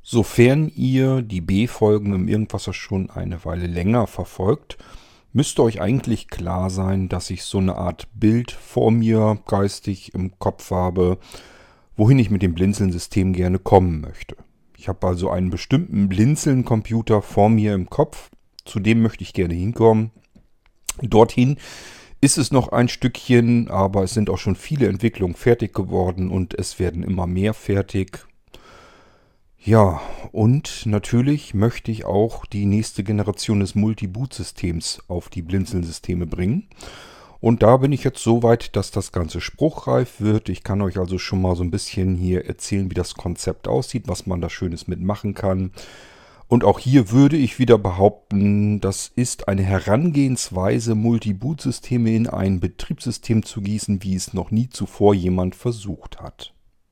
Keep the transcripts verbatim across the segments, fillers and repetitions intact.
Sofern ihr die B-Folgen im Irgendwasser schon eine Weile länger verfolgt, müsste euch eigentlich klar sein, dass ich so eine Art Bild vor mir geistig im Kopf habe, wohin ich mit dem Blinzeln-System gerne kommen möchte. Ich habe also einen bestimmten Blinzeln-Computer vor mir im Kopf, zu dem möchte ich gerne hinkommen. Dorthin ist es noch ein Stückchen, aber es sind auch schon viele Entwicklungen fertig geworden und es werden immer mehr fertig. Ja, und natürlich möchte ich auch die nächste Generation des Multi-Boot-Systems auf die Blinzeln-Systeme bringen. Und da bin ich jetzt so weit, dass das Ganze spruchreif wird. Ich kann euch also schon mal so ein bisschen hier erzählen, wie das Konzept aussieht, was man da Schönes mitmachen kann. Und auch hier würde ich wieder behaupten, das ist eine Herangehensweise, Multi-Boot-Systeme in ein Betriebssystem zu gießen, wie es noch nie zuvor jemand versucht hat.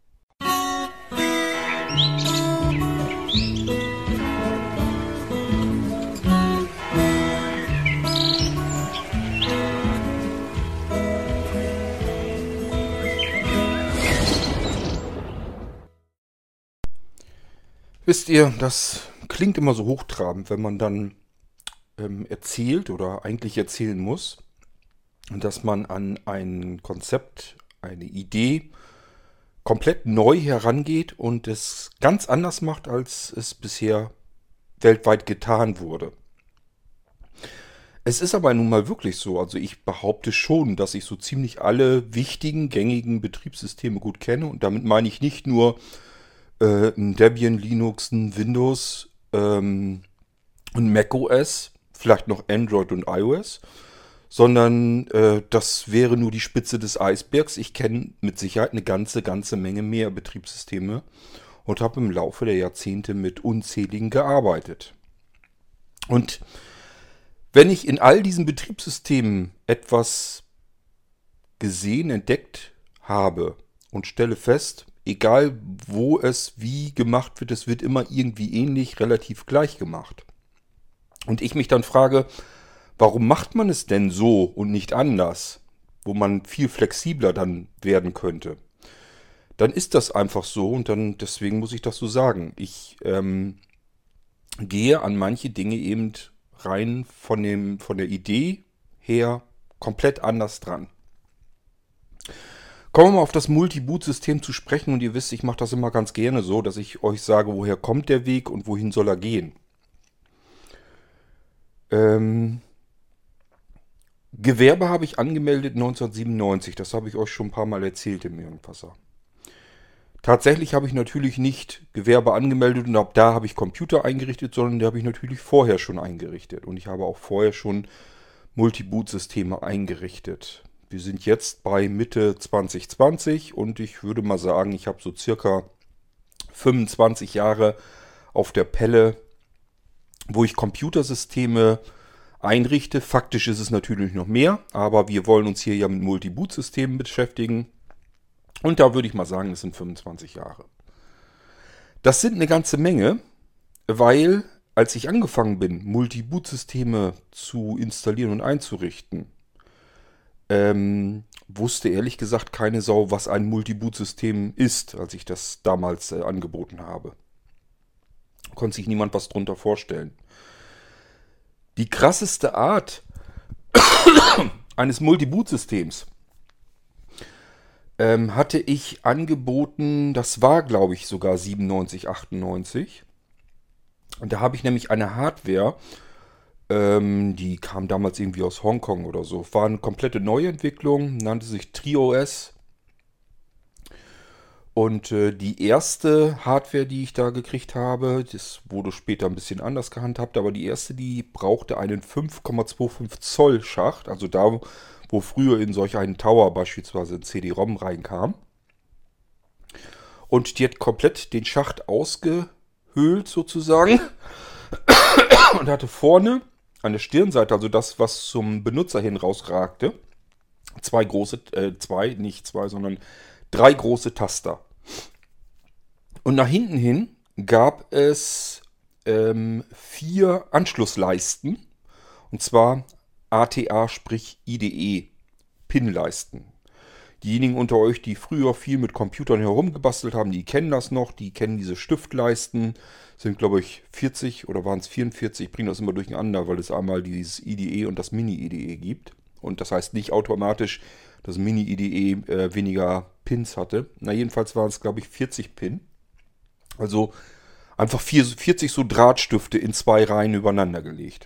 Wisst ihr, das klingt immer so hochtrabend, wenn man dann ähm, erzählt oder eigentlich erzählen muss, dass man an ein Konzept, eine Idee komplett neu herangeht und es ganz anders macht, als es bisher weltweit getan wurde. Es ist aber nun mal wirklich so. Also ich behaupte schon, dass ich so ziemlich alle wichtigen, gängigen Betriebssysteme gut kenne. Und damit meine ich nicht nur äh, ein Debian, Linux, ein Windows, ähm, ein macOS, vielleicht noch Android und iOS, sondern äh, das wäre nur die Spitze des Eisbergs. Ich kenne mit Sicherheit eine ganze, ganze Menge mehr Betriebssysteme und habe im Laufe der Jahrzehnte mit unzähligen gearbeitet. Und wenn ich in all diesen Betriebssystemen etwas gesehen, entdeckt habe und stelle fest, egal wo es wie gemacht wird, es wird immer irgendwie ähnlich, relativ gleich gemacht. Und ich mich dann frage, warum macht man es denn so und nicht anders, wo man viel flexibler dann werden könnte? Dann ist das einfach so und dann deswegen muss ich das so sagen. Ich ähm, gehe an manche Dinge eben rein von dem, von der Idee her komplett anders dran. Kommen wir mal auf das Multi-Boot-System zu sprechen und ihr wisst, ich mache das immer ganz gerne so, dass ich euch sage, woher kommt der Weg und wohin soll er gehen. Ähm, Gewerbe habe ich angemeldet neunzehnhundertsiebenundneunzig, das habe ich euch schon ein paar Mal erzählt im Irgendwasser. Tatsächlich habe ich natürlich nicht Gewerbe angemeldet und ab da habe ich Computer eingerichtet, sondern die habe ich natürlich vorher schon eingerichtet. Und ich habe auch vorher schon Multi-Boot-Systeme eingerichtet. Wir sind jetzt bei Mitte zwanzig zwanzig und ich würde mal sagen, ich habe so circa fünfundzwanzig Jahre auf der Pelle, wo ich Computersysteme einrichte. Faktisch ist es natürlich noch mehr, aber wir wollen uns hier ja mit Multi-Boot-Systemen beschäftigen. Und da würde ich mal sagen, das sind fünfundzwanzig Jahre. Das sind eine ganze Menge, weil als ich angefangen bin, Multi-Boot-Systeme zu installieren und einzurichten, ähm, wusste ehrlich gesagt keine Sau, was ein Multi-Boot-System ist, als ich das damals äh, angeboten habe. Konnte sich niemand was drunter vorstellen. Die krasseste Art eines Multi-Boot-Systems ähm, hatte ich angeboten, das war glaube ich sogar siebenundneunzig, achtundneunzig. Und da habe ich nämlich eine Hardware, ähm, die kam damals irgendwie aus Hongkong oder so. War eine komplette Neuentwicklung, nannte sich TriOS. Und äh, die erste Hardware, die ich da gekriegt habe, das wurde später ein bisschen anders gehandhabt, aber die erste, die brauchte einen fünf Komma fünfundzwanzig Zoll Schacht, also da, wo früher in solch einen Tower beispielsweise ein C D-ROM reinkam. Und die hat komplett den Schacht ausgehöhlt sozusagen und hatte vorne an der Stirnseite, also das, was zum Benutzer hin rausragte, zwei große, äh, zwei, nicht zwei, sondern drei große Taster. Und nach hinten hin gab es ähm, vier Anschlussleisten. Und zwar A T A, sprich I D E, Pinleisten. Diejenigen unter euch, die früher viel mit Computern herumgebastelt haben, die kennen das noch, die kennen diese Stiftleisten, sind glaube ich vierzig oder waren es vierundvierzig, ich bringe das immer durcheinander, weil es einmal dieses I D E und das Mini-I D E gibt. Und das heißt nicht automatisch, dass Mini-I D E äh, weniger Pins hatte. Na jedenfalls waren es glaube ich vierzig Pin. Also einfach vierzig so Drahtstifte in zwei Reihen übereinander gelegt.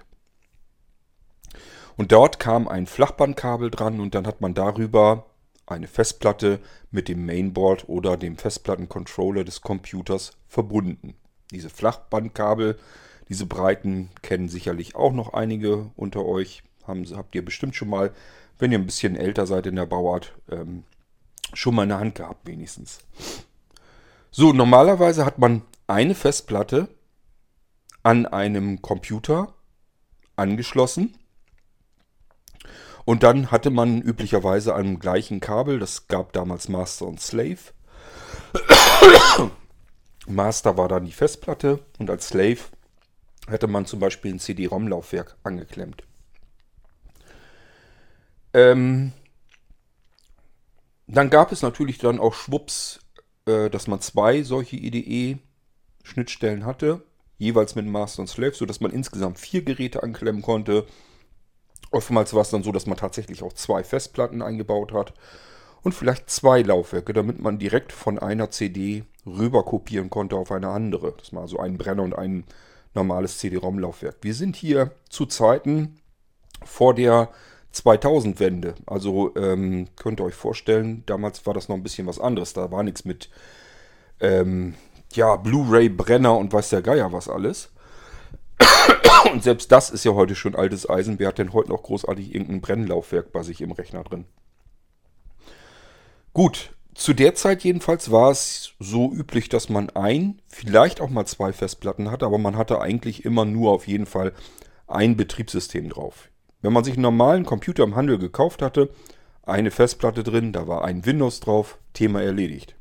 Und dort kam ein Flachbandkabel dran und dann hat man darüber eine Festplatte mit dem Mainboard oder dem Festplattencontroller des Computers verbunden. Diese Flachbandkabel, diese Breiten kennen sicherlich auch noch einige unter euch. Haben, habt ihr bestimmt schon mal, wenn ihr ein bisschen älter seid in der Bauart, ähm, schon mal in der Hand gehabt wenigstens. So, normalerweise hat man eine Festplatte an einem Computer angeschlossen. Und dann hatte man üblicherweise an dem gleichen Kabel, das gab damals Master und Slave. Master war dann die Festplatte und als Slave hatte man zum Beispiel ein C D-ROM-Laufwerk angeklemmt. Ähm, dann gab es natürlich dann auch schwupps, äh, dass man zwei solche I D E-Schnittstellen hatte, jeweils mit Master und Slave, sodass man insgesamt vier Geräte anklemmen konnte. Oftmals war es dann so, dass man tatsächlich auch zwei Festplatten eingebaut hat und vielleicht zwei Laufwerke, damit man direkt von einer C D rüber kopieren konnte auf eine andere. Das war also ein Brenner und ein normales C D-ROM-Laufwerk. Wir sind hier zu Zeiten vor der zweitausend-Wende. Also ähm, könnt ihr euch vorstellen, damals war das noch ein bisschen was anderes. Da war nichts mit ähm, ja, Blu-ray-Brenner und weiß der Geier was alles. Und selbst das ist ja heute schon altes Eisen. Wer hat denn heute noch großartig irgendein Brennlaufwerk bei sich im Rechner drin? Gut, zu der Zeit jedenfalls war es so üblich, dass man ein, vielleicht auch mal zwei Festplatten hatte, aber man hatte eigentlich immer nur auf jeden Fall ein Betriebssystem drauf. Wenn man sich einen normalen Computer im Handel gekauft hatte, eine Festplatte drin, da war ein Windows drauf, Thema erledigt.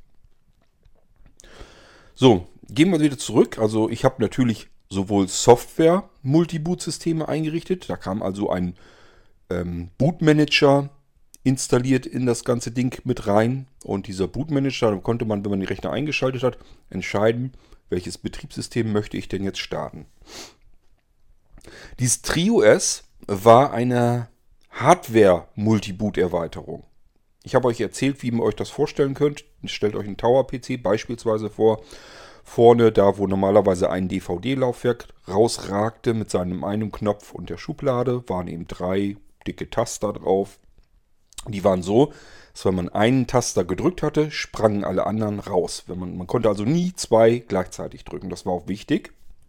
So, gehen wir wieder zurück. Also ich habe natürlich sowohl Software-Multiboot-Systeme eingerichtet. Da kam also ein ähm, Bootmanager installiert in das ganze Ding mit rein. Und dieser Bootmanager, da konnte man, wenn man den Rechner eingeschaltet hat, entscheiden, welches Betriebssystem möchte ich denn jetzt starten. Dieses TriOS war eine Hardware-Multiboot-Erweiterung. Ich habe euch erzählt, wie ihr euch das vorstellen könnt. Stellt euch einen Tower-P C beispielsweise vor. Vorne, da wo normalerweise ein D V D-Laufwerk rausragte mit seinem einen Knopf und der Schublade, waren eben drei dicke Taster drauf. Die waren so, dass wenn man einen Taster gedrückt hatte, sprangen alle anderen raus. Wenn man, man konnte also nie zwei gleichzeitig drücken. Das war auch wichtig.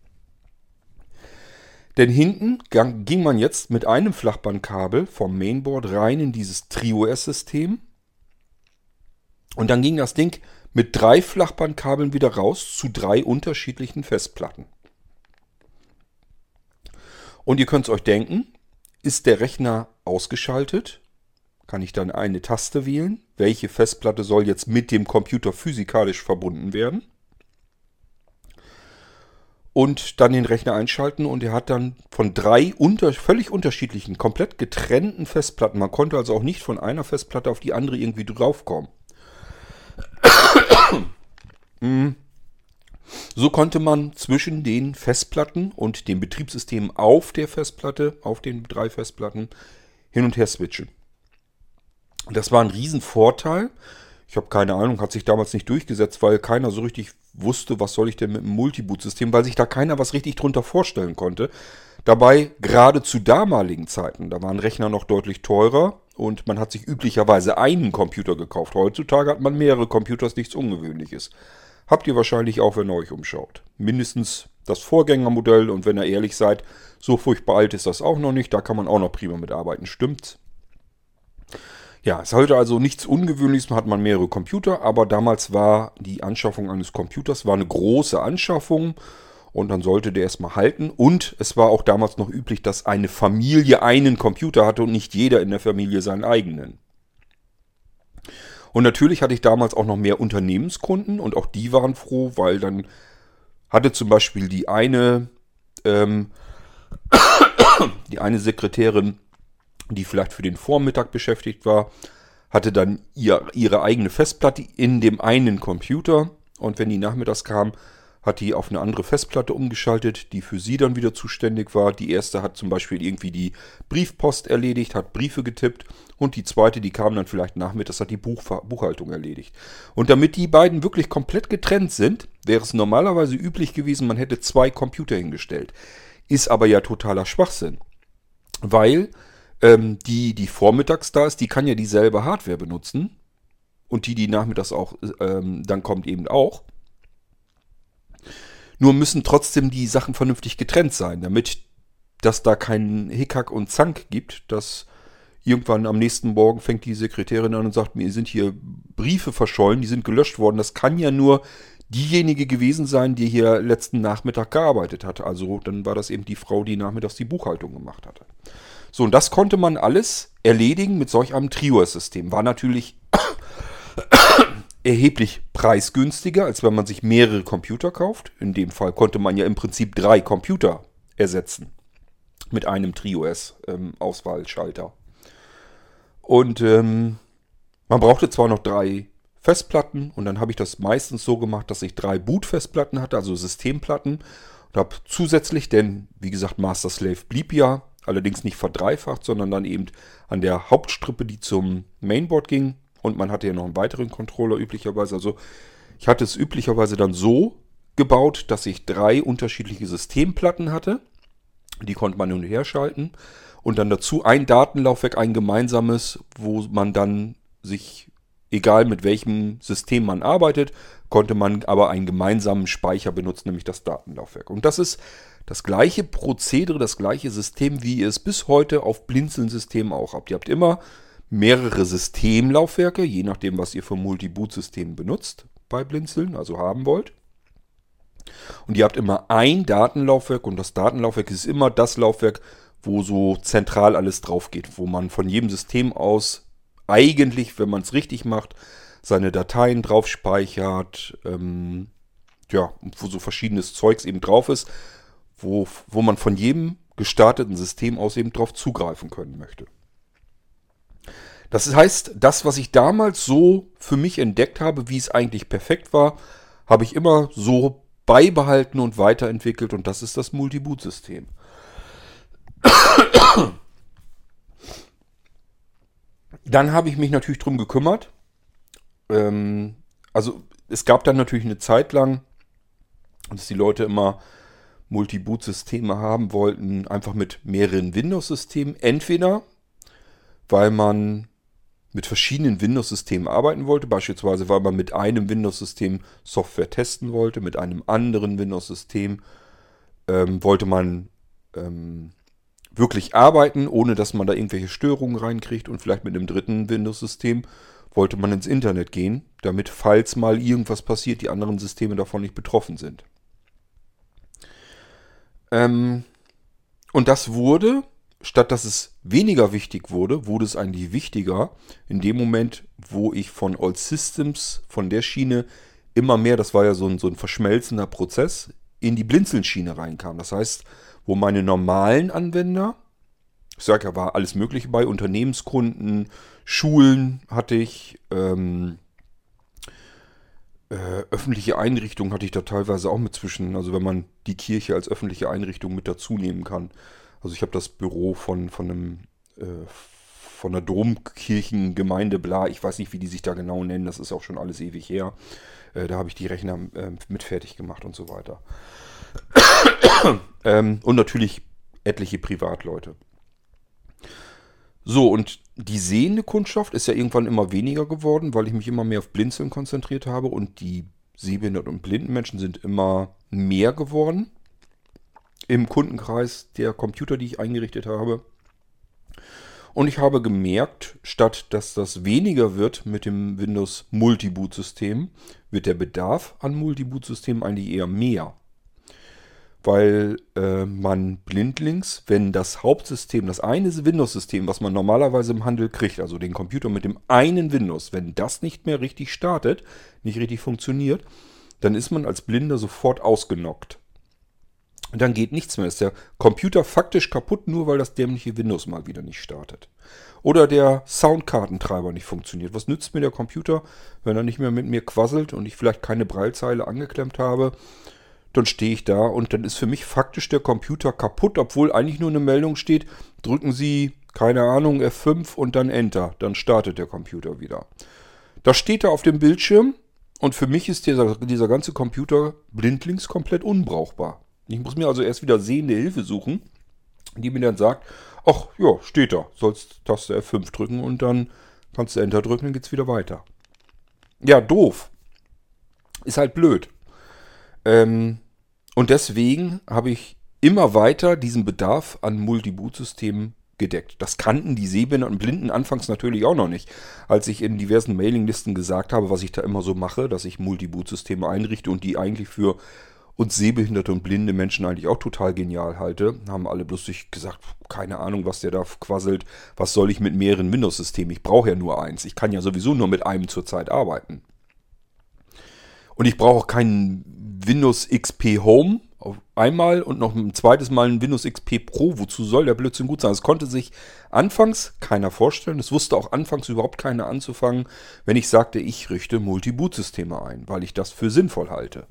Denn hinten ging man jetzt mit einem Flachbandkabel vom Mainboard rein in dieses TriOS-System. Und dann ging das Ding mit drei Flachbandkabeln wieder raus zu drei unterschiedlichen Festplatten. Und ihr könnt es euch denken, ist der Rechner ausgeschaltet, kann ich dann eine Taste wählen. Welche Festplatte soll jetzt mit dem Computer physikalisch verbunden werden? Und dann den Rechner einschalten und er hat dann von drei unter, völlig unterschiedlichen, komplett getrennten Festplatten. Man konnte also auch nicht von einer Festplatte auf die andere irgendwie draufkommen. So konnte man zwischen den Festplatten und dem Betriebssystem auf der Festplatte, auf den drei Festplatten, hin und her switchen. Das war ein Riesenvorteil. Ich habe keine Ahnung, hat sich damals nicht durchgesetzt, weil keiner so richtig wusste, was soll ich denn mit einem Multiboot-System, weil sich da keiner was richtig drunter vorstellen konnte. Dabei, gerade zu damaligen Zeiten, da waren Rechner noch deutlich teurer und man hat sich üblicherweise einen Computer gekauft. Heutzutage hat man mehrere Computer, ist nichts Ungewöhnliches. Habt ihr wahrscheinlich auch, wenn ihr euch umschaut. Mindestens das Vorgängermodell und wenn ihr ehrlich seid, so furchtbar alt ist das auch noch nicht, da kann man auch noch prima mitarbeiten, stimmt's? Ja, ist heute also nichts Ungewöhnliches, hat man mehrere Computer, aber damals war die Anschaffung eines Computers war eine große Anschaffung und dann sollte der erstmal halten. Und es war auch damals noch üblich, dass eine Familie einen Computer hatte und nicht jeder in der Familie seinen eigenen. Und natürlich hatte ich damals auch noch mehr Unternehmenskunden und auch die waren froh, weil dann hatte zum Beispiel die eine, ähm, die eine Sekretärin, die vielleicht für den Vormittag beschäftigt war, hatte dann ihr, ihre eigene Festplatte in dem einen Computer. Und wenn die nachmittags kam, hat die auf eine andere Festplatte umgeschaltet, die für sie dann wieder zuständig war. Die erste hat zum Beispiel irgendwie die Briefpost erledigt, hat Briefe getippt. Und die zweite, die kam dann vielleicht nachmittags, hat die Buch Buchhaltung erledigt. Und damit die beiden wirklich komplett getrennt sind, wäre es normalerweise üblich gewesen, man hätte zwei Computer hingestellt. Ist aber ja totaler Schwachsinn. Weil ähm, die, die vormittags da ist, die kann ja dieselbe Hardware benutzen. Und die, die nachmittags auch ähm, dann kommt, eben auch. Nur müssen trotzdem die Sachen vernünftig getrennt sein, damit das da keinen Hickhack und Zank gibt, dass irgendwann am nächsten Morgen fängt die Sekretärin an und sagt, mir sind hier Briefe verschollen, die sind gelöscht worden. Das kann ja nur diejenige gewesen sein, die hier letzten Nachmittag gearbeitet hat. Also dann war das eben die Frau, die nachmittags die Buchhaltung gemacht hatte. So, und das konnte man alles erledigen mit solch einem TriOS-System. War natürlich erheblich preisgünstiger, als wenn man sich mehrere Computer kauft. In dem Fall konnte man ja im Prinzip drei Computer ersetzen mit einem TriOS-Auswahlschalter. Und ähm, man brauchte zwar noch drei Festplatten und dann habe ich das meistens so gemacht, dass ich drei Boot-Festplatten hatte, also Systemplatten. Und habe zusätzlich, denn wie gesagt, Master Slave blieb ja, allerdings nicht verdreifacht, sondern dann eben an der Hauptstrippe, die zum Mainboard ging. Und man hatte ja noch einen weiteren Controller üblicherweise. Also ich hatte es üblicherweise dann so gebaut, dass ich drei unterschiedliche Systemplatten hatte. Die konnte man hin und her schalten. Und dann dazu ein Datenlaufwerk, ein gemeinsames, wo man dann sich, egal mit welchem System man arbeitet, konnte man aber einen gemeinsamen Speicher benutzen, nämlich das Datenlaufwerk. Und das ist das gleiche Prozedere, das gleiche System, wie ihr es bis heute auf Blinzeln-Systemen auch habt. Ihr habt immer mehrere Systemlaufwerke, je nachdem, was ihr für Multi-Boot-System benutzt bei Blinzeln, also haben wollt. Und ihr habt immer ein Datenlaufwerk und das Datenlaufwerk ist immer das Laufwerk, wo so zentral alles drauf geht, wo man von jedem System aus eigentlich, wenn man es richtig macht, seine Dateien drauf speichert, ähm, ja, wo so verschiedenes Zeugs eben drauf ist, wo, wo man von jedem gestarteten System aus eben drauf zugreifen können möchte. Das heißt, das, was ich damals so für mich entdeckt habe, wie es eigentlich perfekt war, habe ich immer so beibehalten und weiterentwickelt und das ist das Multi-Boot-System. Dann habe ich mich natürlich drum gekümmert. Ähm, also es gab dann natürlich eine Zeit lang, dass die Leute immer Multi-Boot-Systeme haben wollten, einfach mit mehreren Windows-Systemen. Entweder weil man mit verschiedenen Windows-Systemen arbeiten wollte, beispielsweise weil man mit einem Windows-System Software testen wollte, mit einem anderen Windows-System ähm, wollte man ähm, wirklich arbeiten, ohne dass man da irgendwelche Störungen reinkriegt und vielleicht mit einem dritten Windows-System wollte man ins Internet gehen, damit, falls mal irgendwas passiert, die anderen Systeme davon nicht betroffen sind. Ähm, und das wurde, statt dass es weniger wichtig wurde, wurde es eigentlich wichtiger in dem Moment, wo ich von All Systems, von der Schiene immer mehr, das war ja so ein, so ein verschmelzender Prozess, in die Blinzeln-Schiene reinkam. Das heißt, wo meine normalen Anwender, ich sage ja, war alles Mögliche bei, Unternehmenskunden, Schulen hatte ich, ähm, äh, öffentliche Einrichtungen hatte ich da teilweise auch mit zwischen, also wenn man die Kirche als öffentliche Einrichtung mit dazu nehmen kann. Also ich habe das Büro von, von einem äh, von der Domkirchengemeinde, bla, ich weiß nicht, wie die sich da genau nennen, das ist auch schon alles ewig her. Äh, da habe ich die Rechner äh, mit fertig gemacht und so weiter. ähm, und natürlich etliche Privatleute. So, und die sehende Kundschaft ist ja irgendwann immer weniger geworden, weil ich mich immer mehr auf Blinzeln konzentriert habe und die sehbehinderten und blinden Menschen sind immer mehr geworden im Kundenkreis der Computer, die ich eingerichtet habe. Und ich habe gemerkt, statt dass das weniger wird mit dem Windows Multi-Boot-System, wird der Bedarf an Multi-Boot-Systemen eigentlich eher mehr. Weil äh, man blindlings, wenn das Hauptsystem, das eine Windows-System, was man normalerweise im Handel kriegt, also den Computer mit dem einen Windows, wenn das nicht mehr richtig startet, nicht richtig funktioniert, dann ist man als Blinder sofort ausgenockt. Und dann geht nichts mehr. Ist der Computer faktisch kaputt, nur weil das dämliche Windows mal wieder nicht startet. Oder der Soundkartentreiber nicht funktioniert. Was nützt mir der Computer, wenn er nicht mehr mit mir quasselt und ich vielleicht keine Braillezeile angeklemmt habe? Dann stehe ich da und dann ist für mich faktisch der Computer kaputt, obwohl eigentlich nur eine Meldung steht, drücken Sie, keine Ahnung, F fünf und dann Enter. Dann startet der Computer wieder. Das steht da auf dem Bildschirm und für mich ist dieser, dieser ganze Computer blindlings komplett unbrauchbar. Ich muss mir also erst wieder sehende Hilfe suchen, die mir dann sagt, ach ja, steht da, sollst Taste F fünf drücken und dann kannst du Enter drücken, dann geht's wieder weiter. Ja, doof. Ist halt blöd. Ähm, und deswegen habe ich immer weiter diesen Bedarf an Multiboot-Systemen gedeckt. Das kannten die Sehbehinderten und Blinden anfangs natürlich auch noch nicht. Als ich in diversen Mailinglisten gesagt habe, was ich da immer so mache, dass ich Multiboot-Systeme einrichte und die eigentlich für uns sehbehinderte und blinde Menschen eigentlich auch total genial halte, haben alle bloß sich gesagt, keine Ahnung, was der da quasselt, was soll ich mit mehreren Windows-Systemen? Ich brauche ja nur eins. Ich kann ja sowieso nur mit einem zurzeit arbeiten. Und ich brauche auch keinen Windows X P Home auf einmal und noch ein zweites Mal ein Windows X P Pro. Wozu soll der Blödsinn gut sein? Das konnte sich anfangs keiner vorstellen. Es wusste auch anfangs überhaupt keiner anzufangen, wenn ich sagte, ich richte Multi-Boot-Systeme ein, weil ich das für sinnvoll halte.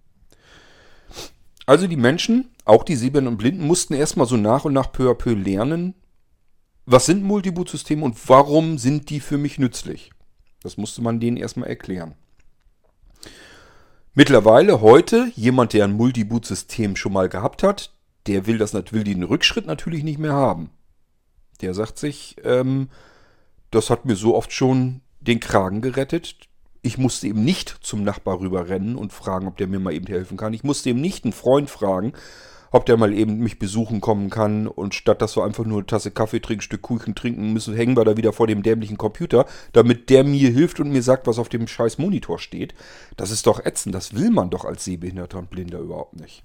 Also die Menschen, auch die Sehbehinderten und Blinden, mussten erstmal so nach und nach peu à peu lernen, was sind Multiboot-Systeme und warum sind die für mich nützlich. Das musste man denen erstmal erklären. Mittlerweile, heute, jemand, der ein Multiboot-System schon mal gehabt hat, der will, das, will den Rückschritt natürlich nicht mehr haben. Der sagt sich, ähm, das hat mir so oft schon den Kragen gerettet. Ich musste eben nicht zum Nachbar rüber rennen und fragen, ob der mir mal eben helfen kann. Ich musste eben nicht einen Freund fragen, ob der mal eben mich besuchen kommen kann. Und statt dass wir einfach nur eine Tasse Kaffee trinken, ein Stück Kuchen trinken müssen, hängen wir da wieder vor dem dämlichen Computer, damit der mir hilft und mir sagt, was auf dem scheiß Monitor steht. Das ist doch ätzend. Das will man doch als Sehbehinderter und Blinder überhaupt nicht.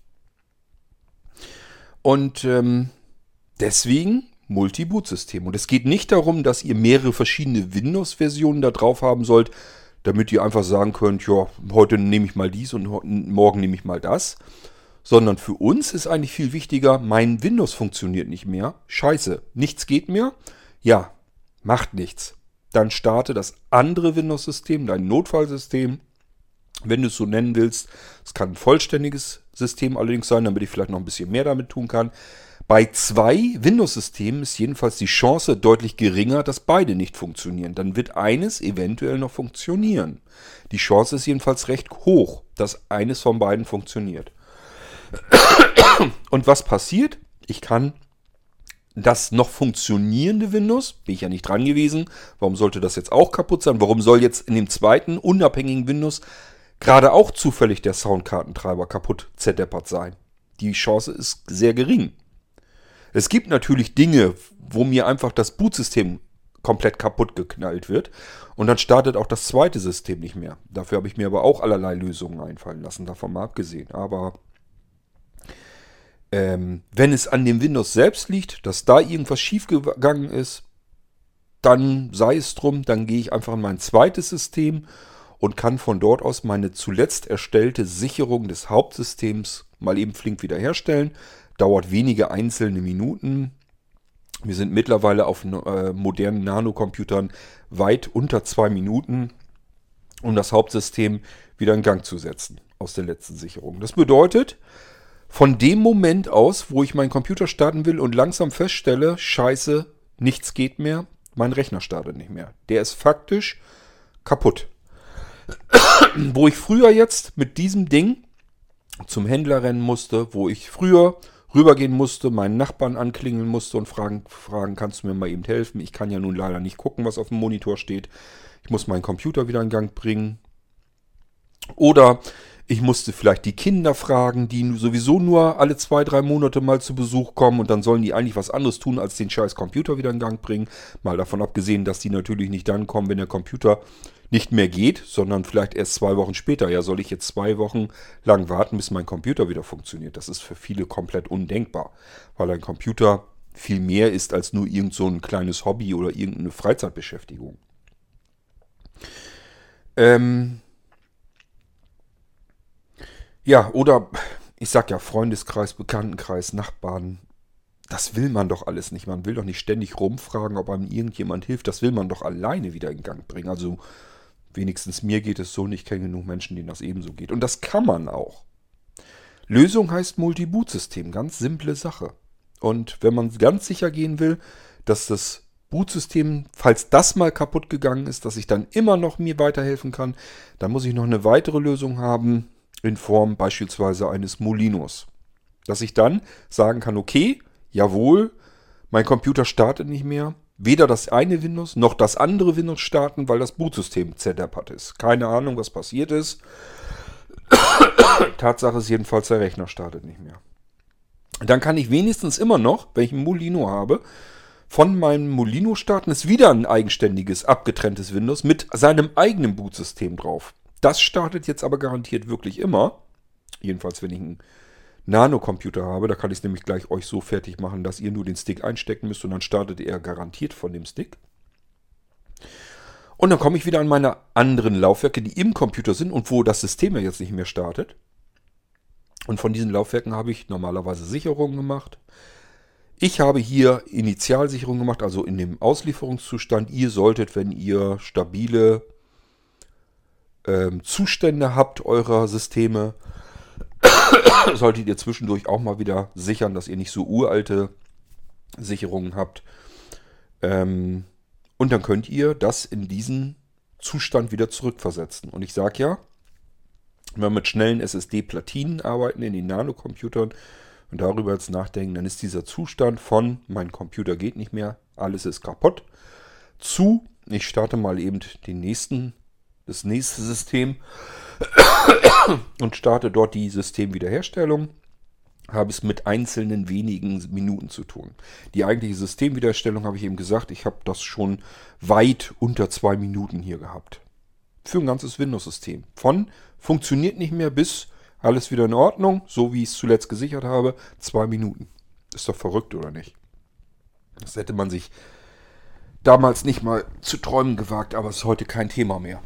Und ähm, deswegen Multi-Boot-System. Und es geht nicht darum, dass ihr mehrere verschiedene Windows-Versionen da drauf haben sollt, damit ihr einfach sagen könnt, ja, heute nehme ich mal dies und morgen nehme ich mal das. Sondern für uns ist eigentlich viel wichtiger, mein Windows funktioniert nicht mehr. Scheiße, nichts geht mehr? Ja, macht nichts. Dann starte das andere Windows-System, dein Notfallsystem, wenn du es so nennen willst. Es kann ein vollständiges System allerdings sein, damit ich vielleicht noch ein bisschen mehr damit tun kann. Bei zwei Windows-Systemen ist jedenfalls die Chance deutlich geringer, dass beide nicht funktionieren. Dann wird eines eventuell noch funktionieren. Die Chance ist jedenfalls recht hoch, dass eines von beiden funktioniert. Und was passiert? Ich kann das noch funktionierende Windows, bin ich ja nicht dran gewesen, warum sollte das jetzt auch kaputt sein? Warum soll jetzt in dem zweiten unabhängigen Windows gerade auch zufällig der Soundkartentreiber kaputt zerdeppert sein? Die Chance ist sehr gering. Es gibt natürlich Dinge, wo mir einfach das Bootsystem komplett kaputt geknallt wird und dann startet auch das zweite System nicht mehr. Dafür habe ich mir aber auch allerlei Lösungen einfallen lassen, davon mal abgesehen. Aber ähm, wenn es an dem Windows selbst liegt, dass da irgendwas schiefgegangen ist, dann sei es drum, dann gehe ich einfach in mein zweites System und kann von dort aus meine zuletzt erstellte Sicherung des Hauptsystems mal eben flink wiederherstellen. Dauert wenige einzelne Minuten. Wir sind mittlerweile auf äh, modernen Nanocomputern weit unter zwei Minuten, um das Hauptsystem wieder in Gang zu setzen aus der letzten Sicherung. Das bedeutet, von dem Moment aus, wo ich meinen Computer starten will und langsam feststelle, scheiße, nichts geht mehr, mein Rechner startet nicht mehr. Der ist faktisch kaputt. Wo ich früher jetzt mit diesem Ding zum Händler rennen musste, wo ich früher rübergehen musste, meinen Nachbarn anklingeln musste und fragen, fragen, kannst du mir mal eben helfen? Ich kann ja nun leider nicht gucken, was auf dem Monitor steht. Ich muss meinen Computer wieder in Gang bringen. Oder ich musste vielleicht die Kinder fragen, die sowieso nur alle zwei, drei Monate mal zu Besuch kommen und dann sollen die eigentlich was anderes tun, als den scheiß Computer wieder in Gang bringen. Mal davon abgesehen, dass die natürlich nicht dann kommen, wenn der Computer nicht mehr geht, sondern vielleicht erst zwei Wochen später. Ja, soll ich jetzt zwei Wochen lang warten, bis mein Computer wieder funktioniert? Das ist für viele komplett undenkbar, weil ein Computer viel mehr ist als nur irgend so ein kleines Hobby oder irgendeine Freizeitbeschäftigung. Ähm ja, oder ich sag ja, Freundeskreis, Bekanntenkreis, Nachbarn, das will man doch alles nicht. Man will doch nicht ständig rumfragen, ob einem irgendjemand hilft. Das will man doch alleine wieder in Gang bringen. Also wenigstens mir geht es so nicht. Ich kenne genug Menschen, denen das ebenso geht. Und das kann man auch. Lösung heißt Multi-Boot-System. Ganz simple Sache. Und wenn man ganz sicher gehen will, dass das Bootsystem, falls das mal kaputt gegangen ist, dass ich dann immer noch mir weiterhelfen kann, dann muss ich noch eine weitere Lösung haben in Form beispielsweise eines Molinos. Dass ich dann sagen kann, okay, jawohl, mein Computer startet nicht mehr. Weder das eine Windows noch das andere Windows starten, weil das Bootsystem zerdeppert ist. Keine Ahnung, was passiert ist. Tatsache ist jedenfalls, der Rechner startet nicht mehr. Dann kann ich wenigstens immer noch, wenn ich ein Molino habe, von meinem Molino starten, ist wieder ein eigenständiges, abgetrenntes Windows mit seinem eigenen Bootsystem drauf. Das startet jetzt aber garantiert wirklich immer. Jedenfalls, wenn ich einen Nano-Computer habe, da kann ich es nämlich gleich euch so fertig machen, dass ihr nur den Stick einstecken müsst und dann startet er garantiert von dem Stick. Und dann komme ich wieder an meine anderen Laufwerke, die im Computer sind und wo das System ja jetzt nicht mehr startet. Und von diesen Laufwerken habe ich normalerweise Sicherungen gemacht. Ich habe hier Initialsicherung gemacht, also in dem Auslieferungszustand. Ihr solltet, wenn ihr stabile ähm, Zustände habt eurer Systeme, solltet ihr zwischendurch auch mal wieder sichern, dass ihr nicht so uralte Sicherungen habt. Ähm, und dann könnt ihr das in diesen Zustand wieder zurückversetzen. Und ich sage ja, wenn wir mit schnellen S S D-Platinen arbeiten in den Nanocomputern und darüber jetzt nachdenken, dann ist dieser Zustand von, mein Computer geht nicht mehr, alles ist kaputt, zu, ich starte mal eben den nächsten, das nächste System und starte dort die Systemwiederherstellung, habe es mit einzelnen wenigen Minuten zu tun. Die eigentliche Systemwiederherstellung, habe ich eben gesagt, ich habe das schon weit unter zwei Minuten hier gehabt. Für ein ganzes Windows-System. Von funktioniert nicht mehr bis alles wieder in Ordnung, so wie ich es zuletzt gesichert habe, zwei Minuten. Ist doch verrückt, oder nicht? Das hätte man sich damals nicht mal zu träumen gewagt, aber ist heute kein Thema mehr.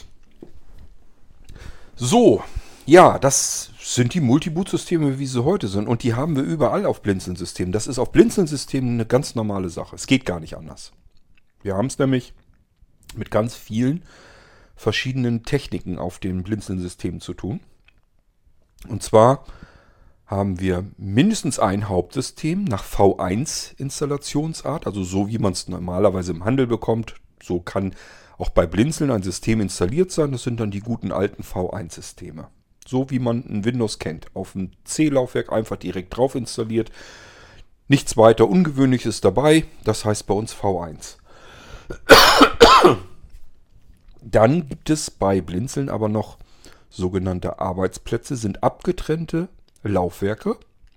So, ja, das sind die Multiboot-Systeme, wie sie heute sind. Und die haben wir überall auf Blinzeln-Systemen. Das ist auf Blinzeln-Systemen eine ganz normale Sache. Es geht gar nicht anders. Wir haben es nämlich mit ganz vielen verschiedenen Techniken auf den Blinzeln-Systemen zu tun. Und zwar haben wir mindestens ein Hauptsystem nach V eins Installationsart, also so wie man es normalerweise im Handel bekommt. So kann auch bei Blinzeln ein System installiert sein. Das sind dann die guten alten V eins Systeme. So wie man ein Windows kennt. Auf dem C-Laufwerk einfach direkt drauf installiert. Nichts weiter Ungewöhnliches dabei. Das heißt bei uns V eins. Dann gibt es bei Blinzeln aber noch sogenannte Arbeitsplätze, sind abgetrennte Laufwerke.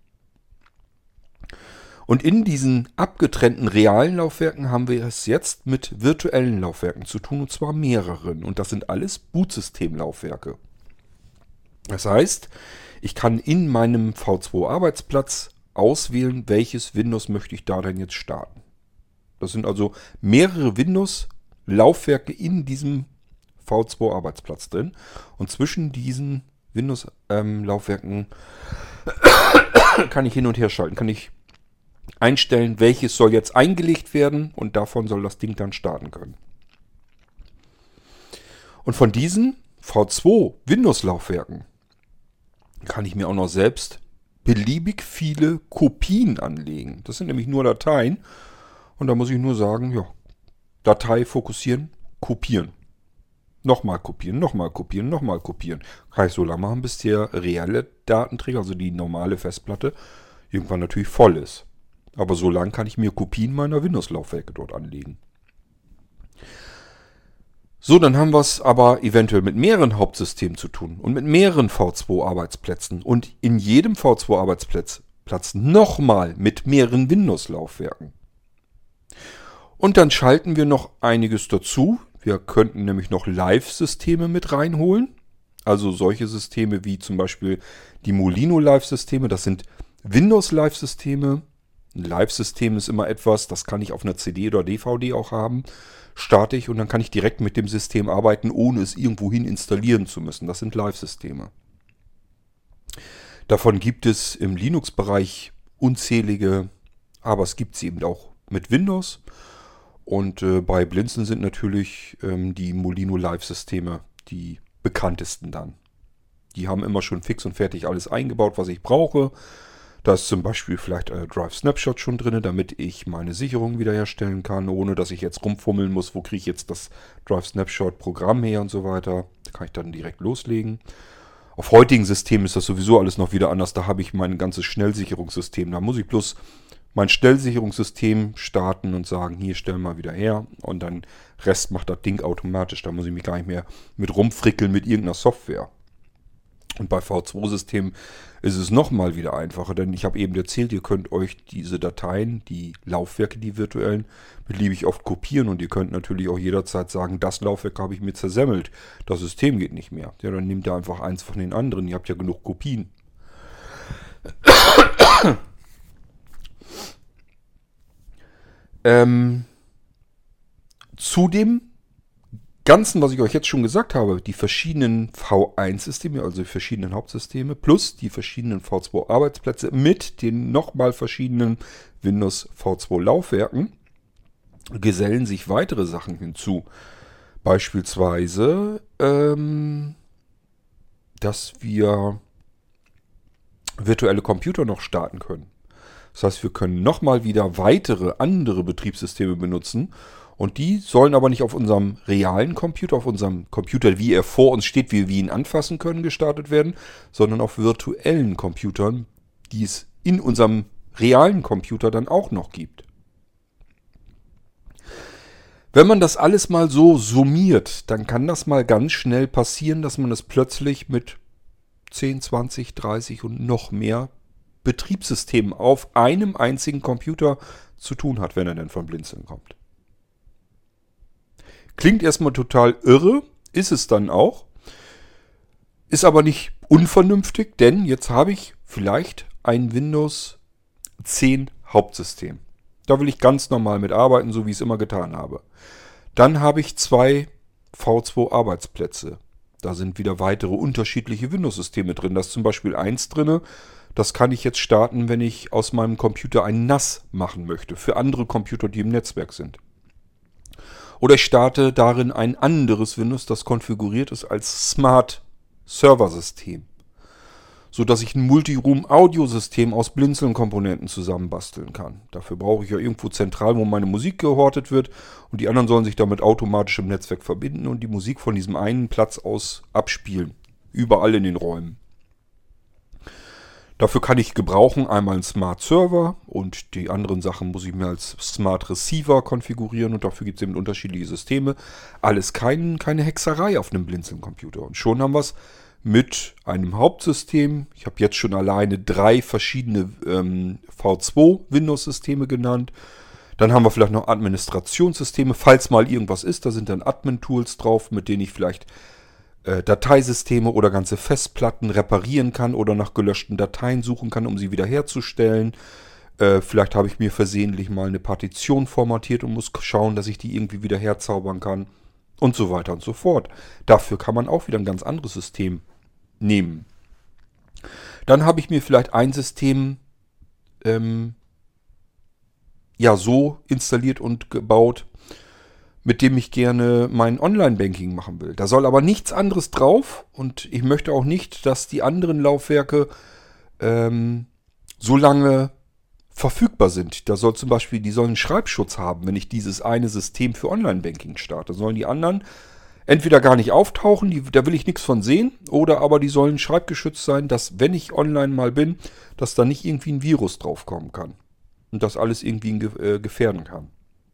Und in diesen abgetrennten realen Laufwerken haben wir es jetzt mit virtuellen Laufwerken zu tun, und zwar mehreren. Und das sind alles Bootsystemlaufwerke. Das heißt, ich kann in meinem V zwei Arbeitsplatz auswählen, welches Windows möchte ich da denn jetzt starten. Das sind also mehrere Windows-Laufwerke in diesem V zwei Arbeitsplatz drin. Und zwischen diesen Windows-Laufwerken ähm, kann ich hin und her schalten. Kann ich einstellen, welches soll jetzt eingelegt werden und davon soll das Ding dann starten können. Und von diesen V zwei Windows-Laufwerken kann ich mir auch noch selbst beliebig viele Kopien anlegen. Das sind nämlich nur Dateien. Und da muss ich nur sagen, ja, Datei fokussieren, kopieren. Nochmal kopieren, nochmal kopieren, nochmal kopieren. Kann ich so lange machen, bis der reelle Datenträger, also die normale Festplatte, irgendwann natürlich voll ist. Aber so lange kann ich mir Kopien meiner Windows-Laufwerke dort anlegen. So, dann haben wir es aber eventuell mit mehreren Hauptsystemen zu tun und mit mehreren V zwei Arbeitsplätzen und in jedem V zwei Arbeitsplatz Platz nochmal mit mehreren Windows-Laufwerken. Und dann schalten wir noch einiges dazu. Wir könnten nämlich noch Live-Systeme mit reinholen. Also solche Systeme wie zum Beispiel die Molino Live-Systeme. Das sind Windows-Live-Systeme. Ein Live-System ist immer etwas, das kann ich auf einer C D oder D V D auch haben. Starte ich und dann kann ich direkt mit dem System arbeiten, ohne es irgendwohin installieren zu müssen. Das sind Live-Systeme. Davon gibt es im Linux-Bereich unzählige, aber es gibt sie eben auch mit Windows. Und äh, bei Blinzeln sind natürlich ähm, die Molino Live-Systeme die bekanntesten dann. Die haben immer schon fix und fertig alles eingebaut, was ich brauche. Da ist zum Beispiel vielleicht äh, Drive Snapshot schon drin, damit ich meine Sicherung wiederherstellen kann, ohne dass ich jetzt rumfummeln muss, wo kriege ich jetzt das Drive Snapshot Programm her und so weiter. Da kann ich dann direkt loslegen. Auf heutigen Systemen ist das sowieso alles noch wieder anders. Da habe ich mein ganzes Schnellsicherungssystem. Da muss ich bloß mein Schnellsicherungssystem starten und sagen, hier, stell mal wieder her. Und dann Rest macht das Ding automatisch. Da muss ich mich gar nicht mehr mit rumfrickeln mit irgendeiner Software. Und bei V zwei Systemen ist es nochmal wieder einfacher, denn ich habe eben erzählt, ihr könnt euch diese Dateien, die Laufwerke, die virtuellen, beliebig oft kopieren und ihr könnt natürlich auch jederzeit sagen, das Laufwerk habe ich mir zersemmelt, das System geht nicht mehr. Ja, dann nehmt ihr einfach eins von den anderen, ihr habt ja genug Kopien. ähm, zu dem Ganzen, was ich euch jetzt schon gesagt habe, die verschiedenen V eins Systeme, also die verschiedenen Hauptsysteme, plus die verschiedenen V zwei Arbeitsplätze mit den nochmal verschiedenen Windows V zwei Laufwerken, gesellen sich weitere Sachen hinzu. Beispielsweise, ähm, dass wir virtuelle Computer noch starten können. Das heißt, wir können nochmal wieder weitere andere Betriebssysteme benutzen. Und die sollen aber nicht auf unserem realen Computer, auf unserem Computer, wie er vor uns steht, wie wir ihn anfassen können, gestartet werden, sondern auf virtuellen Computern, die es in unserem realen Computer dann auch noch gibt. Wenn man das alles mal so summiert, dann kann das mal ganz schnell passieren, dass man es plötzlich mit zehn, zwanzig, dreißig und noch mehr Betriebssystemen auf einem einzigen Computer zu tun hat, wenn er denn von Blinzeln kommt. Klingt erstmal total irre, ist es dann auch, ist aber nicht unvernünftig, denn jetzt habe ich vielleicht ein Windows zehn Hauptsystem. Da will ich ganz normal mitarbeiten, so wie ich es immer getan habe. Dann habe ich zwei V zwei Arbeitsplätze. Da sind wieder weitere unterschiedliche Windows-Systeme drin. Da ist zum Beispiel eins drin, das kann ich jetzt starten, wenn ich aus meinem Computer ein N A S machen möchte, für andere Computer, die im Netzwerk sind. Oder ich starte darin ein anderes Windows, das konfiguriert ist als Smart Server System, sodass ich ein Multiroom-Audiosystem aus Blinzeln-Komponenten zusammenbasteln kann. Dafür brauche ich ja irgendwo zentral, wo meine Musik gehortet wird und die anderen sollen sich damit automatisch im Netzwerk verbinden und die Musik von diesem einen Platz aus abspielen, überall in den Räumen. Dafür kann ich gebrauchen einmal einen Smart Server und die anderen Sachen muss ich mir als Smart Receiver konfigurieren und dafür gibt es eben unterschiedliche Systeme. Alles kein, keine Hexerei auf einem Blinzeln-Computer. Und schon haben wir es mit einem Hauptsystem. Ich habe jetzt schon alleine drei verschiedene ähm, V zwei Windows-Systeme genannt. Dann haben wir vielleicht noch Administrationssysteme, falls mal irgendwas ist. Da sind dann Admin-Tools drauf, mit denen ich vielleicht Dateisysteme oder ganze Festplatten reparieren kann oder nach gelöschten Dateien suchen kann, um sie wiederherzustellen. Äh, vielleicht habe ich mir versehentlich mal eine Partition formatiert und muss schauen, dass ich die irgendwie wieder herzaubern kann und so weiter und so fort. Dafür kann man auch wieder ein ganz anderes System nehmen. Dann habe ich mir vielleicht ein System ähm, ja so installiert und gebaut, mit dem ich gerne mein Online-Banking machen will. Da soll aber nichts anderes drauf und ich möchte auch nicht, dass die anderen Laufwerke ähm, so lange verfügbar sind. Da soll zum Beispiel, die sollen einen Schreibschutz haben, wenn ich dieses eine System für Online-Banking starte. Sollen die anderen entweder gar nicht auftauchen, die, da will ich nichts von sehen, oder aber die sollen schreibgeschützt sein, dass wenn ich online mal bin, dass da nicht irgendwie ein Virus draufkommen kann und das alles irgendwie äh, gefährden kann.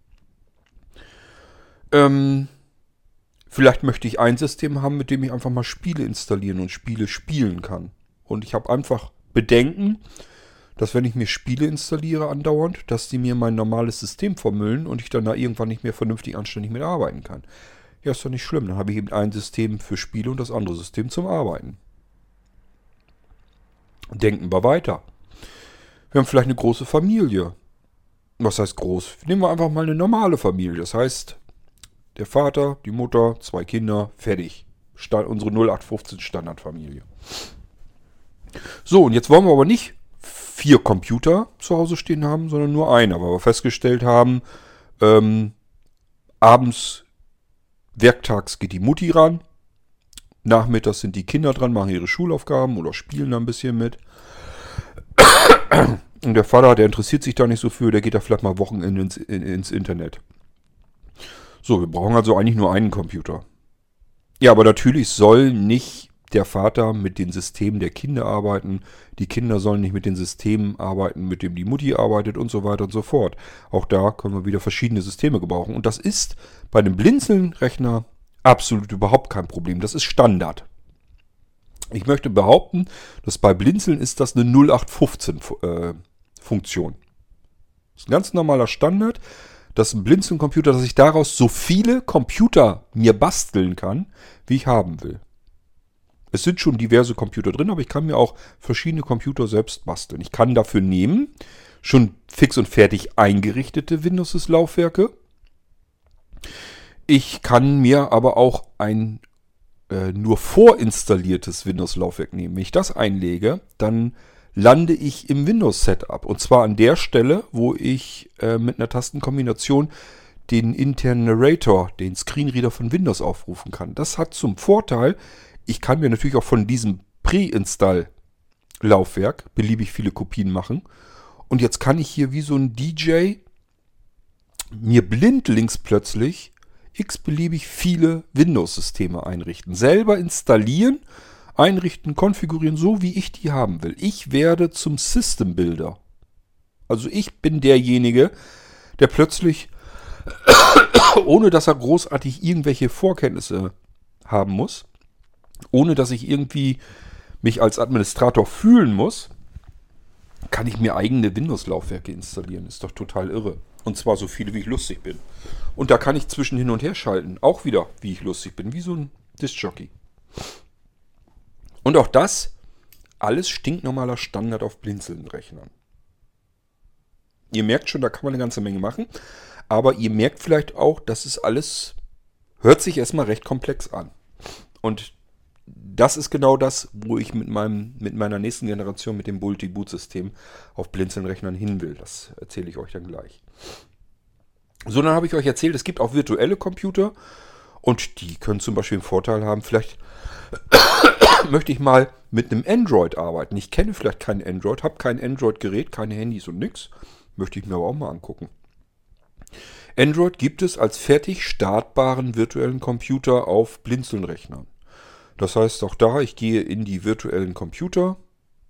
Ähm, vielleicht möchte ich ein System haben, mit dem ich einfach mal Spiele installieren und Spiele spielen kann. Und ich habe einfach Bedenken, dass wenn ich mir Spiele installiere andauernd, dass die mir mein normales System vermüllen und ich dann da irgendwann nicht mehr vernünftig anständig mitarbeiten kann. Ja, ist doch nicht schlimm. Dann habe ich eben ein System für Spiele und das andere System zum Arbeiten. Denken wir weiter. Wir haben vielleicht eine große Familie. Was heißt groß? Nehmen wir einfach mal eine normale Familie. Das heißt, der Vater, die Mutter, zwei Kinder, fertig. Stand, unsere null acht fünfzehn Standardfamilie. So, und jetzt wollen wir aber nicht vier Computer zu Hause stehen haben, sondern nur einen. Aber wir festgestellt haben, ähm, abends, werktags geht die Mutti ran. Nachmittags sind die Kinder dran, machen ihre Schulaufgaben oder spielen da ein bisschen mit. Und der Vater, der interessiert sich da nicht so für, der geht da vielleicht mal Wochenende ins, in, ins Internet. So, wir brauchen also eigentlich nur einen Computer. Ja, aber natürlich soll nicht der Vater mit den Systemen der Kinder arbeiten. Die Kinder sollen nicht mit den Systemen arbeiten, mit dem die Mutti arbeitet und so weiter und so fort. Auch da können wir wieder verschiedene Systeme gebrauchen. Und das ist bei einem Blinzeln-Rechner absolut überhaupt kein Problem. Das ist Standard. Ich möchte behaupten, dass bei Blinzeln ist das eine null acht fünfzehn äh, Funktion. Das ist ein ganz normaler Standard, dass ein Blinzeln-Computer, dass ich daraus so viele Computer mir basteln kann, wie ich haben will. Es sind schon diverse Computer drin, aber ich kann mir auch verschiedene Computer selbst basteln. Ich kann dafür nehmen, schon fix und fertig eingerichtete Windows-Laufwerke. Ich kann mir aber auch ein äh, nur vorinstalliertes Windows-Laufwerk nehmen. Wenn ich das einlege, dann lande ich im Windows-Setup. Und zwar an der Stelle, wo ich äh, mit einer Tastenkombination den internen Narrator, den Screenreader von Windows aufrufen kann. Das hat zum Vorteil, ich kann mir natürlich auch von diesem Pre-Install-Laufwerk beliebig viele Kopien machen. Und jetzt kann ich hier wie so ein D J mir blindlings plötzlich x-beliebig viele Windows-Systeme einrichten. Selber installieren, einrichten, konfigurieren, so wie ich die haben will. Ich werde zum System Builder. Also ich bin derjenige, der plötzlich, ohne dass er großartig irgendwelche Vorkenntnisse haben muss, ohne dass ich irgendwie mich als Administrator fühlen muss, kann ich mir eigene Windows-Laufwerke installieren. Ist doch total irre. Und zwar so viele, wie ich lustig bin. Und da kann ich zwischen hin und her schalten. Auch wieder, wie ich lustig bin. Wie so ein Diskjockey. Und auch das, alles stinknormaler Standard auf Blinzeln-Rechnern. Ihr merkt schon, da kann man eine ganze Menge machen. Aber ihr merkt vielleicht auch, dass es alles, hört sich erstmal recht komplex an. Und das ist genau das, wo ich mit meinem, mit meiner nächsten Generation, mit dem Multi-Boot-System auf Blinzeln-Rechnern hin will. Das erzähle ich euch dann gleich. So, dann habe ich euch erzählt, es gibt auch virtuelle Computer und die können zum Beispiel einen Vorteil haben. Vielleicht möchte ich mal mit einem Android arbeiten. Ich kenne vielleicht kein Android, habe kein Android-Gerät, keine Handys und nix. Möchte ich mir aber auch mal angucken. Android gibt es als fertig startbaren virtuellen Computer auf Blinzeln-Rechnern. Das heißt auch da, ich gehe in die virtuellen Computer,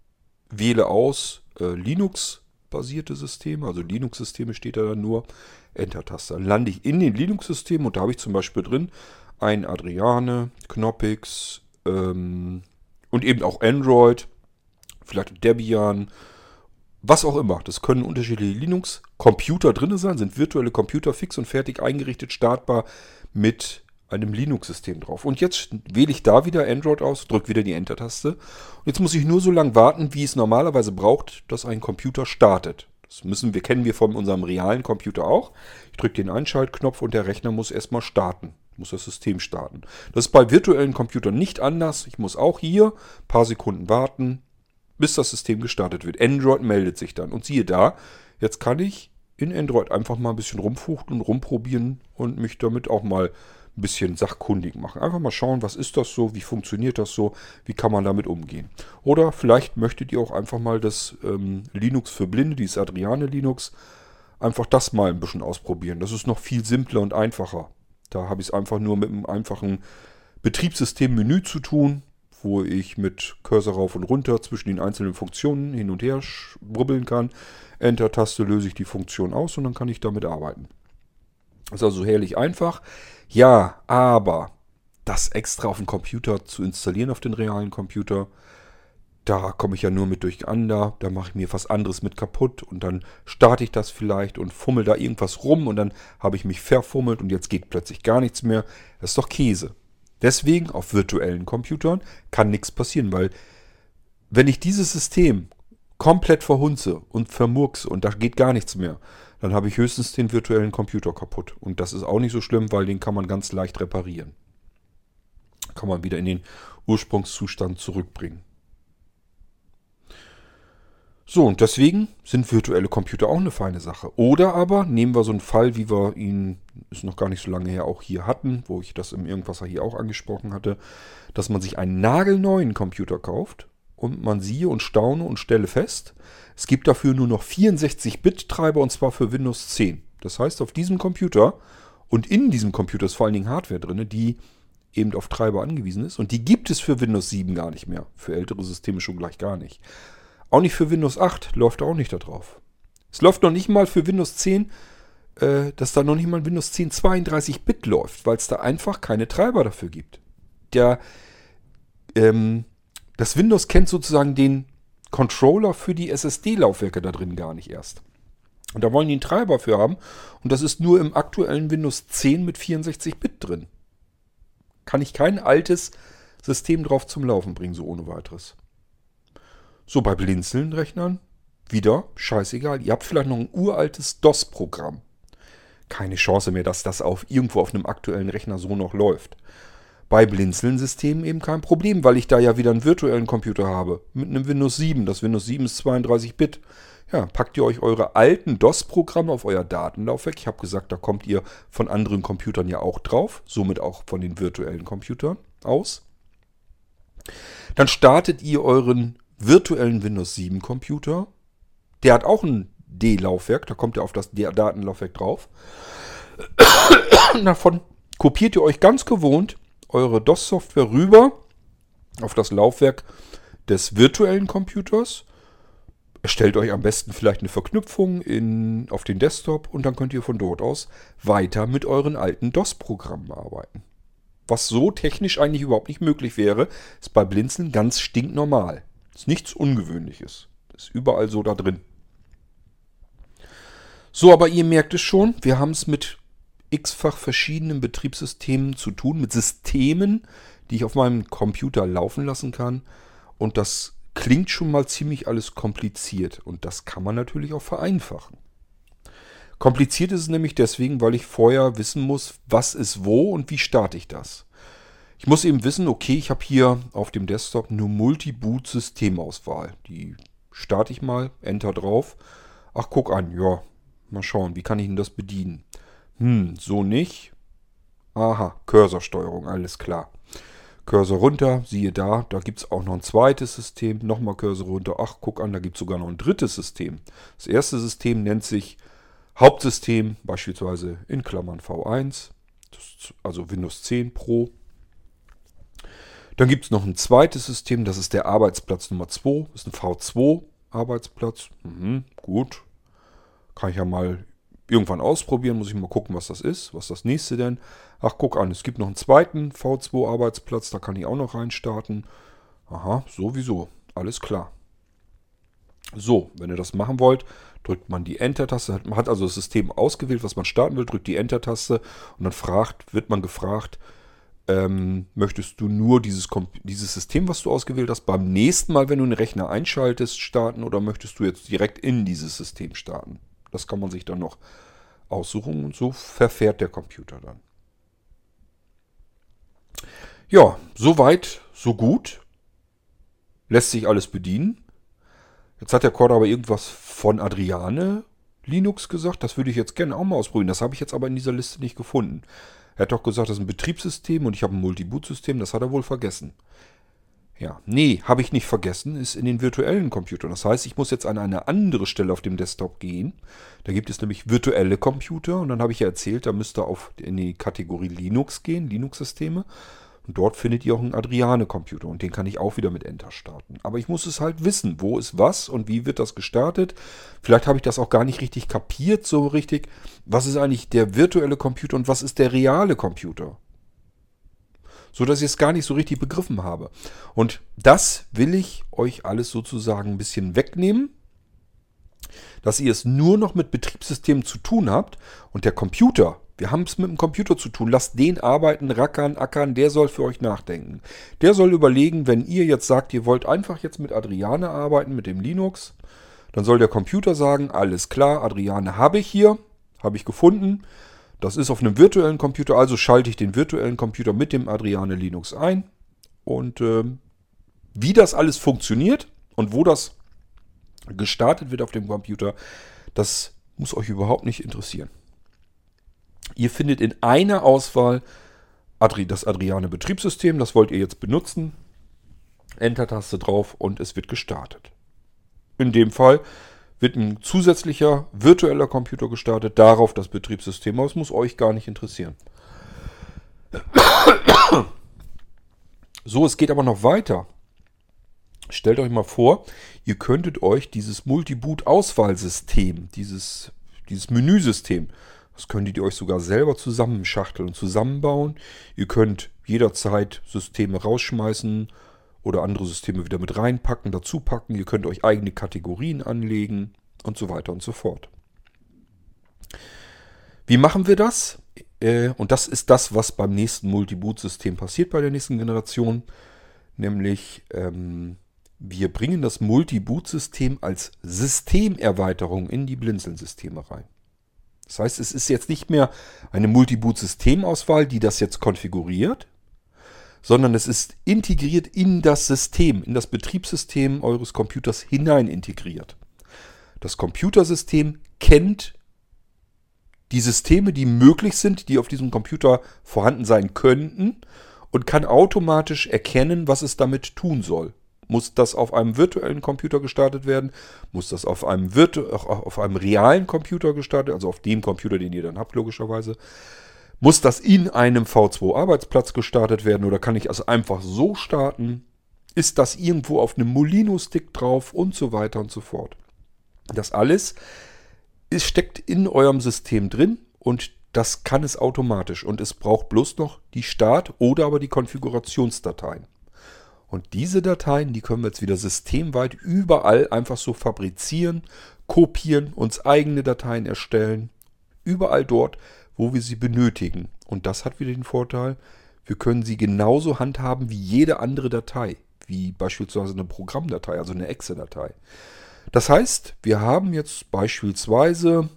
wähle aus äh, Linux-basierte Systeme, also Linux-Systeme steht da dann nur, Enter-Taste. Dann lande ich in den Linux-Systemen und da habe ich zum Beispiel drin ein Adriane, Knoppix ähm, und eben auch Android, vielleicht Debian, was auch immer. Das können unterschiedliche Linux-Computer drin sein, sind virtuelle Computer fix und fertig eingerichtet, startbar mit einem Linux-System drauf. Und jetzt wähle ich da wieder Android aus, drücke wieder die Enter-Taste. Und jetzt muss ich nur so lange warten, wie es normalerweise braucht, dass ein Computer startet. Das müssen wir, kennen wir von unserem realen Computer auch. Ich drücke den Einschaltknopf und der Rechner muss erstmal starten. Muss das System starten. Das ist bei virtuellen Computern nicht anders. Ich muss auch hier ein paar Sekunden warten, bis das System gestartet wird. Android meldet sich dann. Und siehe da, jetzt kann ich in Android einfach mal ein bisschen rumfuchteln, rumprobieren und mich damit auch mal ein bisschen sachkundig machen. Einfach mal schauen, was ist das so, wie funktioniert das so, wie kann man damit umgehen. Oder vielleicht möchtet ihr auch einfach mal das ähm, Linux für Blinde, dieses Adriane Linux, einfach das mal ein bisschen ausprobieren. Das ist noch viel simpler und einfacher. Da habe ich es einfach nur mit einem einfachen Betriebssystem-Menü zu tun, wo ich mit Cursor rauf und runter zwischen den einzelnen Funktionen hin und her schwubbeln kann. Enter-Taste löse ich die Funktion aus und dann kann ich damit arbeiten. Ist also herrlich einfach. Ja, aber das extra auf dem Computer zu installieren, auf den realen Computer, da komme ich ja nur mit durcheinander, da mache ich mir was anderes mit kaputt und dann starte ich das vielleicht und fummel da irgendwas rum und dann habe ich mich verfummelt und jetzt geht plötzlich gar nichts mehr. Das ist doch Käse. Deswegen auf virtuellen Computern kann nichts passieren, weil wenn ich dieses System komplett verhunze und vermurkse und da geht gar nichts mehr, dann habe ich höchstens den virtuellen Computer kaputt. Und das ist auch nicht so schlimm, weil den kann man ganz leicht reparieren. Kann man wieder in den Ursprungszustand zurückbringen. So, und deswegen sind virtuelle Computer auch eine feine Sache. Oder aber nehmen wir so einen Fall, wie wir ihn, ist noch gar nicht so lange her, auch hier hatten, wo ich das im Irgendwasser hier auch angesprochen hatte, dass man sich einen nagelneuen Computer kauft und man siehe und staune und stelle fest, es gibt dafür nur noch vierundsechzig-Bit-Treiber und zwar für Windows zehn. Das heißt, auf diesem Computer und in diesem Computer ist vor allen Dingen Hardware drin, die eben auf Treiber angewiesen ist. Und die gibt es für Windows sieben gar nicht mehr. Für ältere Systeme schon gleich gar nicht. Auch nicht für Windows acht läuft auch nicht da drauf. Es läuft noch nicht mal für Windows zehn, äh, dass da noch nicht mal Windows zehn zweiunddreißig-Bit läuft, weil es da einfach keine Treiber dafür gibt. Der, ähm, das Windows kennt sozusagen den Controller für die S S D-Laufwerke da drin gar nicht erst. Und da wollen die einen Treiber für haben. Und das ist nur im aktuellen Windows zehn mit vierundsechzig-Bit drin. Kann ich kein altes System drauf zum Laufen bringen, so ohne weiteres. So, bei Blinzeln-Rechnern wieder scheißegal. Ihr habt vielleicht noch ein uraltes DOS-Programm. Keine Chance mehr, dass das auf irgendwo auf einem aktuellen Rechner so noch läuft. Bei Blinzeln-Systemen eben kein Problem, weil ich da ja wieder einen virtuellen Computer habe. Mit einem Windows sieben. Das Windows sieben ist zweiunddreißig-Bit. Ja, packt ihr euch eure alten DOS-Programme auf euer Datenlaufwerk. Ich habe gesagt, da kommt ihr von anderen Computern ja auch drauf. Somit auch von den virtuellen Computern aus. Dann startet ihr euren virtuellen Windows sieben Computer. Der hat auch ein D-Laufwerk. Da kommt ihr auf das Datenlaufwerk drauf. Davon kopiert ihr euch ganz gewohnt eure DOS-Software rüber auf das Laufwerk des virtuellen Computers. Erstellt euch am besten vielleicht eine Verknüpfung in, auf den Desktop und dann könnt ihr von dort aus weiter mit euren alten DOS-Programmen arbeiten. Was so technisch eigentlich überhaupt nicht möglich wäre, ist bei Blinzeln ganz stinknormal. Ist nichts Ungewöhnliches. Ist überall so da drin. So, aber ihr merkt es schon, wir haben es mit x-fach verschiedenen Betriebssystemen zu tun, mit Systemen, die ich auf meinem Computer laufen lassen kann. Und das klingt schon mal ziemlich alles kompliziert. Und das kann man natürlich auch vereinfachen. Kompliziert ist es nämlich deswegen, weil ich vorher wissen muss, was ist wo und wie starte ich das. Ich muss eben wissen, okay, ich habe hier auf dem Desktop eine Multi-Boot-Systemauswahl. Die starte ich mal, Enter drauf. Ach, guck an, ja, mal schauen, wie kann ich denn das bedienen? Hm, so nicht. Aha, Cursorsteuerung, alles klar. Cursor runter, siehe da, da gibt es auch noch ein zweites System. Nochmal Cursor runter, ach, guck an, da gibt es sogar noch ein drittes System. Das erste System nennt sich Hauptsystem, beispielsweise in Klammern V eins, das, also Windows zehn Pro. Dann gibt es noch ein zweites System, das ist der Arbeitsplatz Nummer zwei, das ist ein V zwei Arbeitsplatz. Mhm, gut, kann ich ja mal irgendwann ausprobieren, muss ich mal gucken, was das ist. Was ist das nächste denn? Ach, guck an, es gibt noch einen zweiten V zwei Arbeitsplatz, da kann ich auch noch reinstarten. Aha, sowieso, alles klar. So, wenn ihr das machen wollt, drückt man die Enter-Taste. Man hat also das System ausgewählt, was man starten will, drückt die Enter-Taste und dann fragt, wird man gefragt, ähm, möchtest du nur dieses, dieses System, was du ausgewählt hast, beim nächsten Mal, wenn du den Rechner einschaltest, starten oder möchtest du jetzt direkt in dieses System starten? Das kann man sich dann noch aussuchen und so verfährt der Computer dann. Ja, soweit, so gut. Lässt sich alles bedienen. Jetzt hat der Cord aber irgendwas von Adriane Linux gesagt. Das würde ich jetzt gerne auch mal ausprobieren. Das habe ich jetzt aber in dieser Liste nicht gefunden. Er hat doch gesagt, das ist ein Betriebssystem und ich habe ein Multi-Boot-System. Das hat er wohl vergessen. Ja, nee, habe ich nicht vergessen. Ist in den virtuellen Computern. Das heißt, ich muss jetzt an eine andere Stelle auf dem Desktop gehen. Da gibt es nämlich virtuelle Computer. Und dann habe ich ja erzählt, da müsst ihr auf in die Kategorie Linux gehen, Linux-Systeme. Und dort findet ihr auch einen Adriane-Computer und den kann ich auch wieder mit Enter starten. Aber ich muss es halt wissen, wo ist was und wie wird das gestartet. Vielleicht habe ich das auch gar nicht richtig kapiert, so richtig. Was ist eigentlich der virtuelle Computer und was ist der reale Computer? So dass ich es gar nicht so richtig begriffen habe. Und das will ich euch alles sozusagen ein bisschen wegnehmen, dass ihr es nur noch mit Betriebssystemen zu tun habt und der Computer, wir haben es mit dem Computer zu tun. Lasst den arbeiten, rackern, ackern. Der soll für euch nachdenken. Der soll überlegen, wenn ihr jetzt sagt, ihr wollt einfach jetzt mit Adriane arbeiten, mit dem Linux, dann soll der Computer sagen, alles klar, Adriane habe ich hier, habe ich gefunden. Das ist auf einem virtuellen Computer, also schalte ich den virtuellen Computer mit dem Adriane Linux ein. Und äh, wie das alles funktioniert und wo das gestartet wird auf dem Computer, das muss euch überhaupt nicht interessieren. Ihr findet in einer Auswahl Adri, das Adriane Betriebssystem, das wollt ihr jetzt benutzen. Enter-Taste drauf und es wird gestartet. In dem Fall wird ein zusätzlicher virtueller Computer gestartet, darauf das Betriebssystem, aber es muss euch gar nicht interessieren. So, es geht aber noch weiter. Stellt euch mal vor, ihr könntet euch dieses Multiboot-Auswahlsystem, dieses, dieses Menüsystem, das könntet ihr euch sogar selber zusammenschachteln und zusammenbauen. Ihr könnt jederzeit Systeme rausschmeißen oder andere Systeme wieder mit reinpacken, dazu packen. Ihr könnt euch eigene Kategorien anlegen und so weiter und so fort. Wie machen wir das? Äh, und das ist das, was beim nächsten Multiboot-System passiert, bei der nächsten Generation. Nämlich, ähm, wir bringen das Multiboot-System als Systemerweiterung in die Blinzeln-Systeme rein. Das heißt, es ist jetzt nicht mehr eine Multiboot-Systemauswahl, die das jetzt konfiguriert, sondern es ist integriert in das System, in das Betriebssystem eures Computers hinein integriert. Das Computersystem kennt die Systeme, die möglich sind, die auf diesem Computer vorhanden sein könnten und kann automatisch erkennen, was es damit tun soll. Muss das auf einem virtuellen Computer gestartet werden? Muss das auf einem, virtu- auf einem realen Computer gestartet werden? Also auf dem Computer, den ihr dann habt, logischerweise. Muss das in einem V zwei Arbeitsplatz gestartet werden? Oder kann ich es einfach so starten? Ist das irgendwo auf einem Molino-Stick drauf? Und so weiter und so fort. Das alles ist, steckt in eurem System drin und das kann es automatisch. Und es braucht bloß noch die Start- oder aber die Konfigurationsdateien. Und diese Dateien, die können wir jetzt wieder systemweit überall einfach so fabrizieren, kopieren, uns eigene Dateien erstellen. Überall dort, wo wir sie benötigen. Und das hat wieder den Vorteil, wir können sie genauso handhaben wie jede andere Datei. Wie beispielsweise eine Programmdatei, also eine Exe-Datei. Das heißt, wir haben jetzt beispielsweise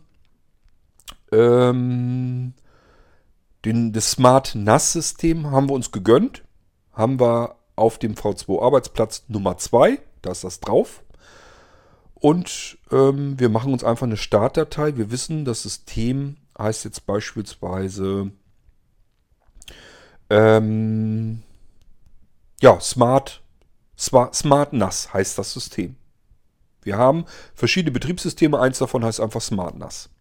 ähm, den, das Smart N A S-System haben wir uns gegönnt. Haben wir auf dem V zwei Arbeitsplatz Nummer zwei, da ist das drauf. Und ähm, wir machen uns einfach eine Startdatei. Wir wissen, das System heißt jetzt beispielsweise ähm, ja, Smart, Smart, Smart N A S heißt das System. Wir haben verschiedene Betriebssysteme, eins davon heißt einfach Smart N A S.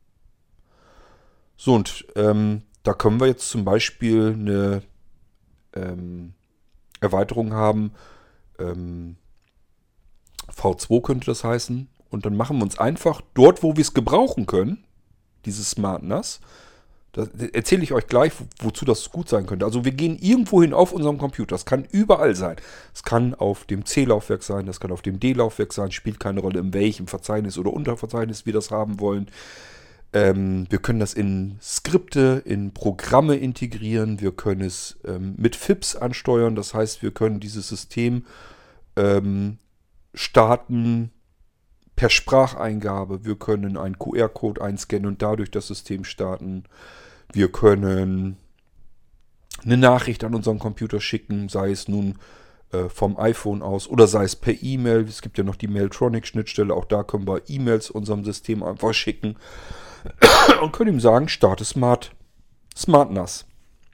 So, und ähm, da können wir jetzt zum Beispiel eine ähm, Erweiterung haben, ähm, V zwei könnte das heißen, und dann machen wir uns einfach dort, wo wir es gebrauchen können, dieses Smart N A S, da erzähle ich euch gleich, wo, wozu das gut sein könnte. Also wir gehen irgendwo hin auf unserem Computer, das kann überall sein. Es kann auf dem C-Laufwerk sein, das kann auf dem D-Laufwerk sein, spielt keine Rolle, in welchem Verzeichnis oder Unterverzeichnis wir das haben wollen. Ähm, wir können das in Skripte, in Programme integrieren. Wir können es ähm, mit F I Ps ansteuern. Das heißt, wir können dieses System ähm, starten per Spracheingabe. Wir können einen Q R-Code einscannen und dadurch das System starten. Wir können eine Nachricht an unseren Computer schicken, sei es nun äh, vom iPhone aus oder sei es per E-Mail. Es gibt ja noch die Mailtronic-Schnittstelle. Auch da können wir E-Mails unserem System einfach schicken. Und können ihm sagen, starte Smart, Smart N A S.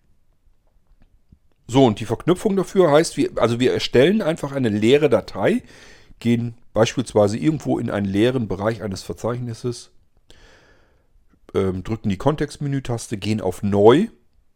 So, und die Verknüpfung dafür heißt, wir, also wir erstellen einfach eine leere Datei, gehen beispielsweise irgendwo in einen leeren Bereich eines Verzeichnisses, ähm, drücken die Kontextmenü-Taste, gehen auf Neu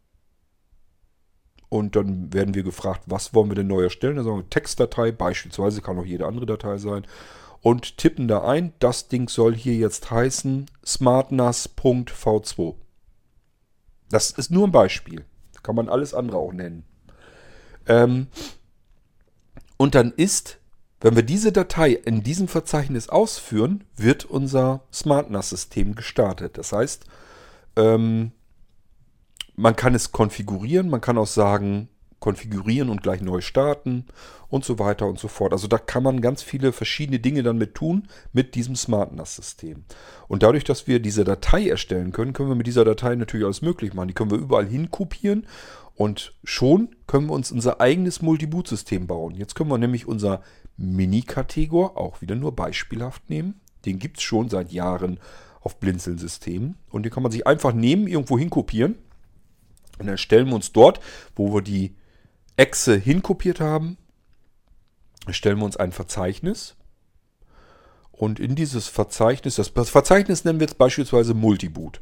und dann werden wir gefragt, was wollen wir denn neu erstellen? Dann sagen wir Textdatei, beispielsweise, kann auch jede andere Datei sein. Und tippen da ein, das Ding soll hier jetzt heißen smartnas punkt v zwei. Das ist nur ein Beispiel. Kann man alles andere auch nennen. Ähm, und dann ist, wenn wir diese Datei in diesem Verzeichnis ausführen, wird unser Smart N A S-System gestartet. Das heißt, ähm, man kann es konfigurieren, man kann auch sagen, konfigurieren und gleich neu starten und so weiter und so fort. Also da kann man ganz viele verschiedene Dinge dann mit tun, mit diesem Smart N A S-System. Und dadurch, dass wir diese Datei erstellen können, können wir mit dieser Datei natürlich alles möglich machen. Die können wir überall hin kopieren und schon können wir uns unser eigenes Multiboot-System bauen. Jetzt können wir nämlich unser Mini-Kategor, auch wieder nur beispielhaft nehmen. Den gibt es schon seit Jahren auf Blinzeln-Systemen. Und den kann man sich einfach nehmen, irgendwo hinkopieren. Und dann stellen wir uns dort, wo wir die Echse hinkopiert haben, stellen wir uns ein Verzeichnis. Und in dieses Verzeichnis, das Verzeichnis nennen wir jetzt beispielsweise Multiboot.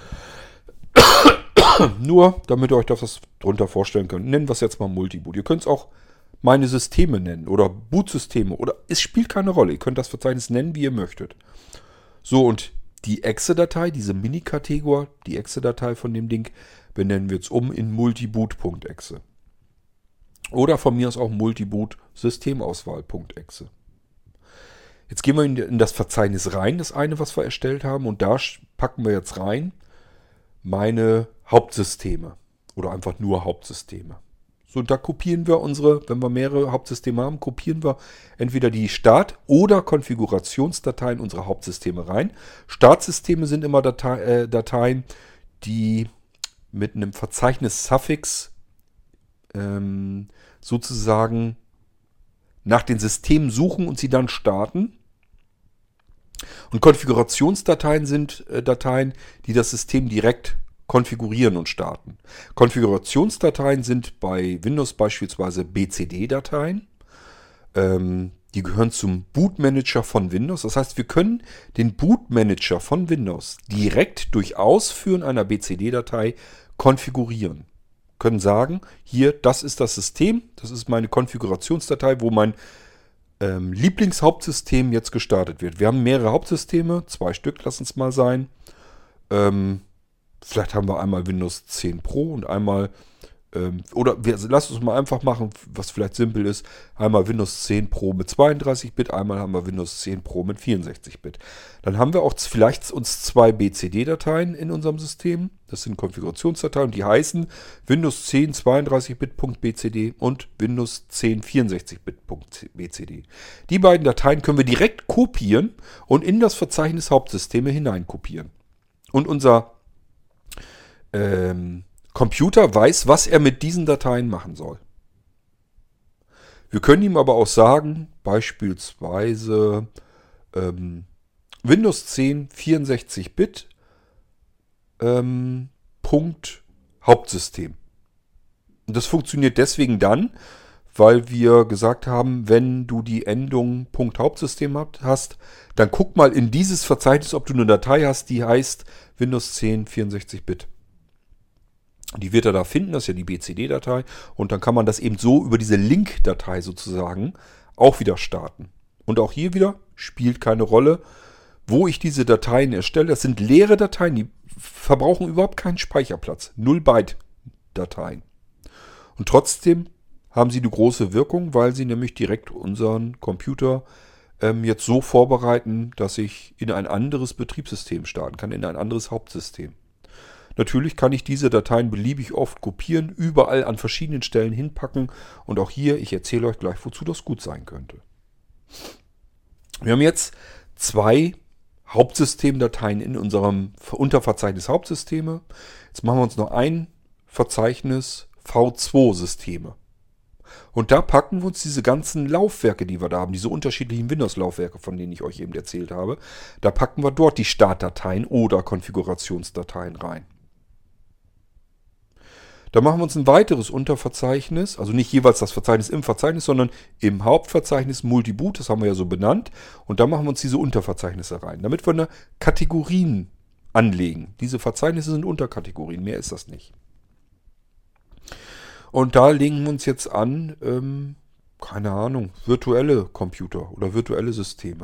Nur, damit ihr euch das drunter vorstellen könnt, nennen wir es jetzt mal Multiboot. Ihr könnt es auch meine Systeme nennen oder Bootsysteme oder es spielt keine Rolle. Ihr könnt das Verzeichnis nennen, wie ihr möchtet. So, und die Exe-Datei, diese Mini-Kategor, die Exe-Datei von dem Ding, benennen wir jetzt um in multiboot.exe. Oder von mir aus auch multiboot-Systemauswahl.exe. Jetzt gehen wir in das Verzeichnis rein, das eine, was wir erstellt haben, und da packen wir jetzt rein meine Hauptsysteme oder einfach nur Hauptsysteme. So, und da kopieren wir unsere, wenn wir mehrere Hauptsysteme haben, kopieren wir entweder die Start- oder Konfigurationsdateien unserer Hauptsysteme rein. Startsysteme sind immer Datei, äh, Dateien, die mit einem Verzeichnis-Suffix ähm, sozusagen nach den Systemen suchen und sie dann starten. Und Konfigurationsdateien sind äh, Dateien, die das System direkt konfigurieren und starten. Konfigurationsdateien sind bei Windows beispielsweise B C D-Dateien. Ähm, die gehören zum Bootmanager von Windows. Das heißt, wir können den Bootmanager von Windows direkt durch Ausführen einer B C D-Datei konfigurieren. Können sagen, hier, das ist das System, das ist meine Konfigurationsdatei, wo mein ähm, Lieblingshauptsystem jetzt gestartet wird. Wir haben mehrere Hauptsysteme, zwei Stück, lass uns mal sein. Ähm, vielleicht haben wir einmal Windows zehn Pro und einmal, ähm, oder wir, lasst uns mal einfach machen, was vielleicht simpel ist, einmal Windows zehn Pro mit zweiunddreißig Bit, einmal haben wir Windows zehn Pro mit vierundsechzig Bit. Dann haben wir auch vielleicht uns zwei B C D-Dateien in unserem System. Das sind Konfigurationsdateien, die heißen Windows zehn zweiunddreißig Bit.bcd und Windows zehn vierundsechzig Bit.bcd. Die beiden Dateien können wir direkt kopieren und in das Verzeichnis Hauptsysteme hineinkopieren. Und unser ähm, Computer weiß, was er mit diesen Dateien machen soll. Wir können ihm aber auch sagen, beispielsweise ähm, Windows zehn vierundsechzig Bit ähm, Punkt Hauptsystem. Und das funktioniert deswegen dann, weil wir gesagt haben, wenn du die Endung Punkt Hauptsystem hast, dann guck mal in dieses Verzeichnis, ob du eine Datei hast, die heißt Windows zehn vierundsechzig Bit. Die wird er da finden, das ist ja die B C D-Datei. Und dann kann man das eben so über diese Link-Datei sozusagen auch wieder starten. Und auch hier wieder spielt keine Rolle, wo ich diese Dateien erstelle. Das sind leere Dateien, die verbrauchen überhaupt keinen Speicherplatz. null Byte Dateien. Und trotzdem haben sie eine große Wirkung, weil sie nämlich direkt unseren Computer ähm, jetzt so vorbereiten, dass ich in ein anderes Betriebssystem starten kann, in ein anderes Hauptsystem. Natürlich kann ich diese Dateien beliebig oft kopieren, überall an verschiedenen Stellen hinpacken. Und auch hier, ich erzähle euch gleich, wozu das gut sein könnte. Wir haben jetzt zwei Hauptsystemdateien in unserem Unterverzeichnis Hauptsysteme. Jetzt machen wir uns noch ein Verzeichnis V zwei Systeme. Und da packen wir uns diese ganzen Laufwerke, die wir da haben, diese unterschiedlichen Windows-Laufwerke, von denen ich euch eben erzählt habe, da packen wir dort die Startdateien oder Konfigurationsdateien rein. Da machen wir uns ein weiteres Unterverzeichnis, also nicht jeweils das Verzeichnis im Verzeichnis, sondern im Hauptverzeichnis Multiboot, das haben wir ja so benannt. Und da machen wir uns diese Unterverzeichnisse rein, damit wir eine Kategorien anlegen. Diese Verzeichnisse sind Unterkategorien, mehr ist das nicht. Und da legen wir uns jetzt an, ähm, keine Ahnung, virtuelle Computer oder virtuelle Systeme.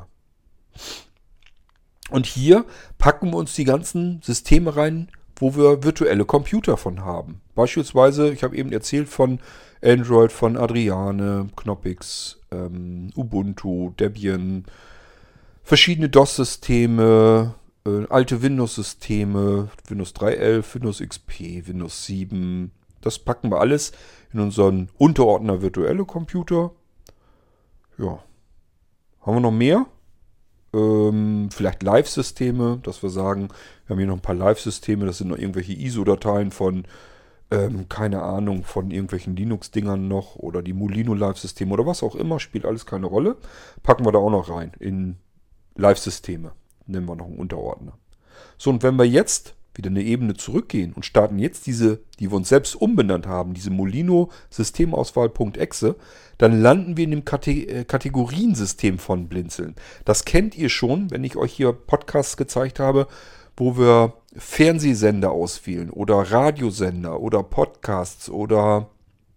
Und hier packen wir uns die ganzen Systeme rein, wo wir virtuelle Computer von haben. Beispielsweise, ich habe eben erzählt von Android, von Adriane, Knoppix, ähm, Ubuntu, Debian, verschiedene DOS-Systeme, äh, alte Windows-Systeme, Windows drei Punkt elf, Windows X P, Windows sieben. Das packen wir alles in unseren Unterordner virtuelle Computer. Ja. Haben wir noch mehr? Ähm, vielleicht Live-Systeme, dass wir sagen, wir haben hier noch ein paar Live-Systeme, das sind noch irgendwelche I S O-Dateien von ähm, keine Ahnung, von irgendwelchen Linux-Dingern noch oder die Molino Live-Systeme oder was auch immer, spielt alles keine Rolle. Packen wir da auch noch rein in Live-Systeme. Nehmen wir noch einen Unterordner. So, und wenn wir jetzt wieder eine Ebene zurückgehen und starten jetzt diese, die wir uns selbst umbenannt haben, diese Molino Systemauswahl.exe, dann landen wir in dem Kate- äh, Kategoriensystem von Blinzeln. Das kennt ihr schon, wenn ich euch hier Podcasts gezeigt habe, wo wir Fernsehsender auswählen oder Radiosender oder Podcasts oder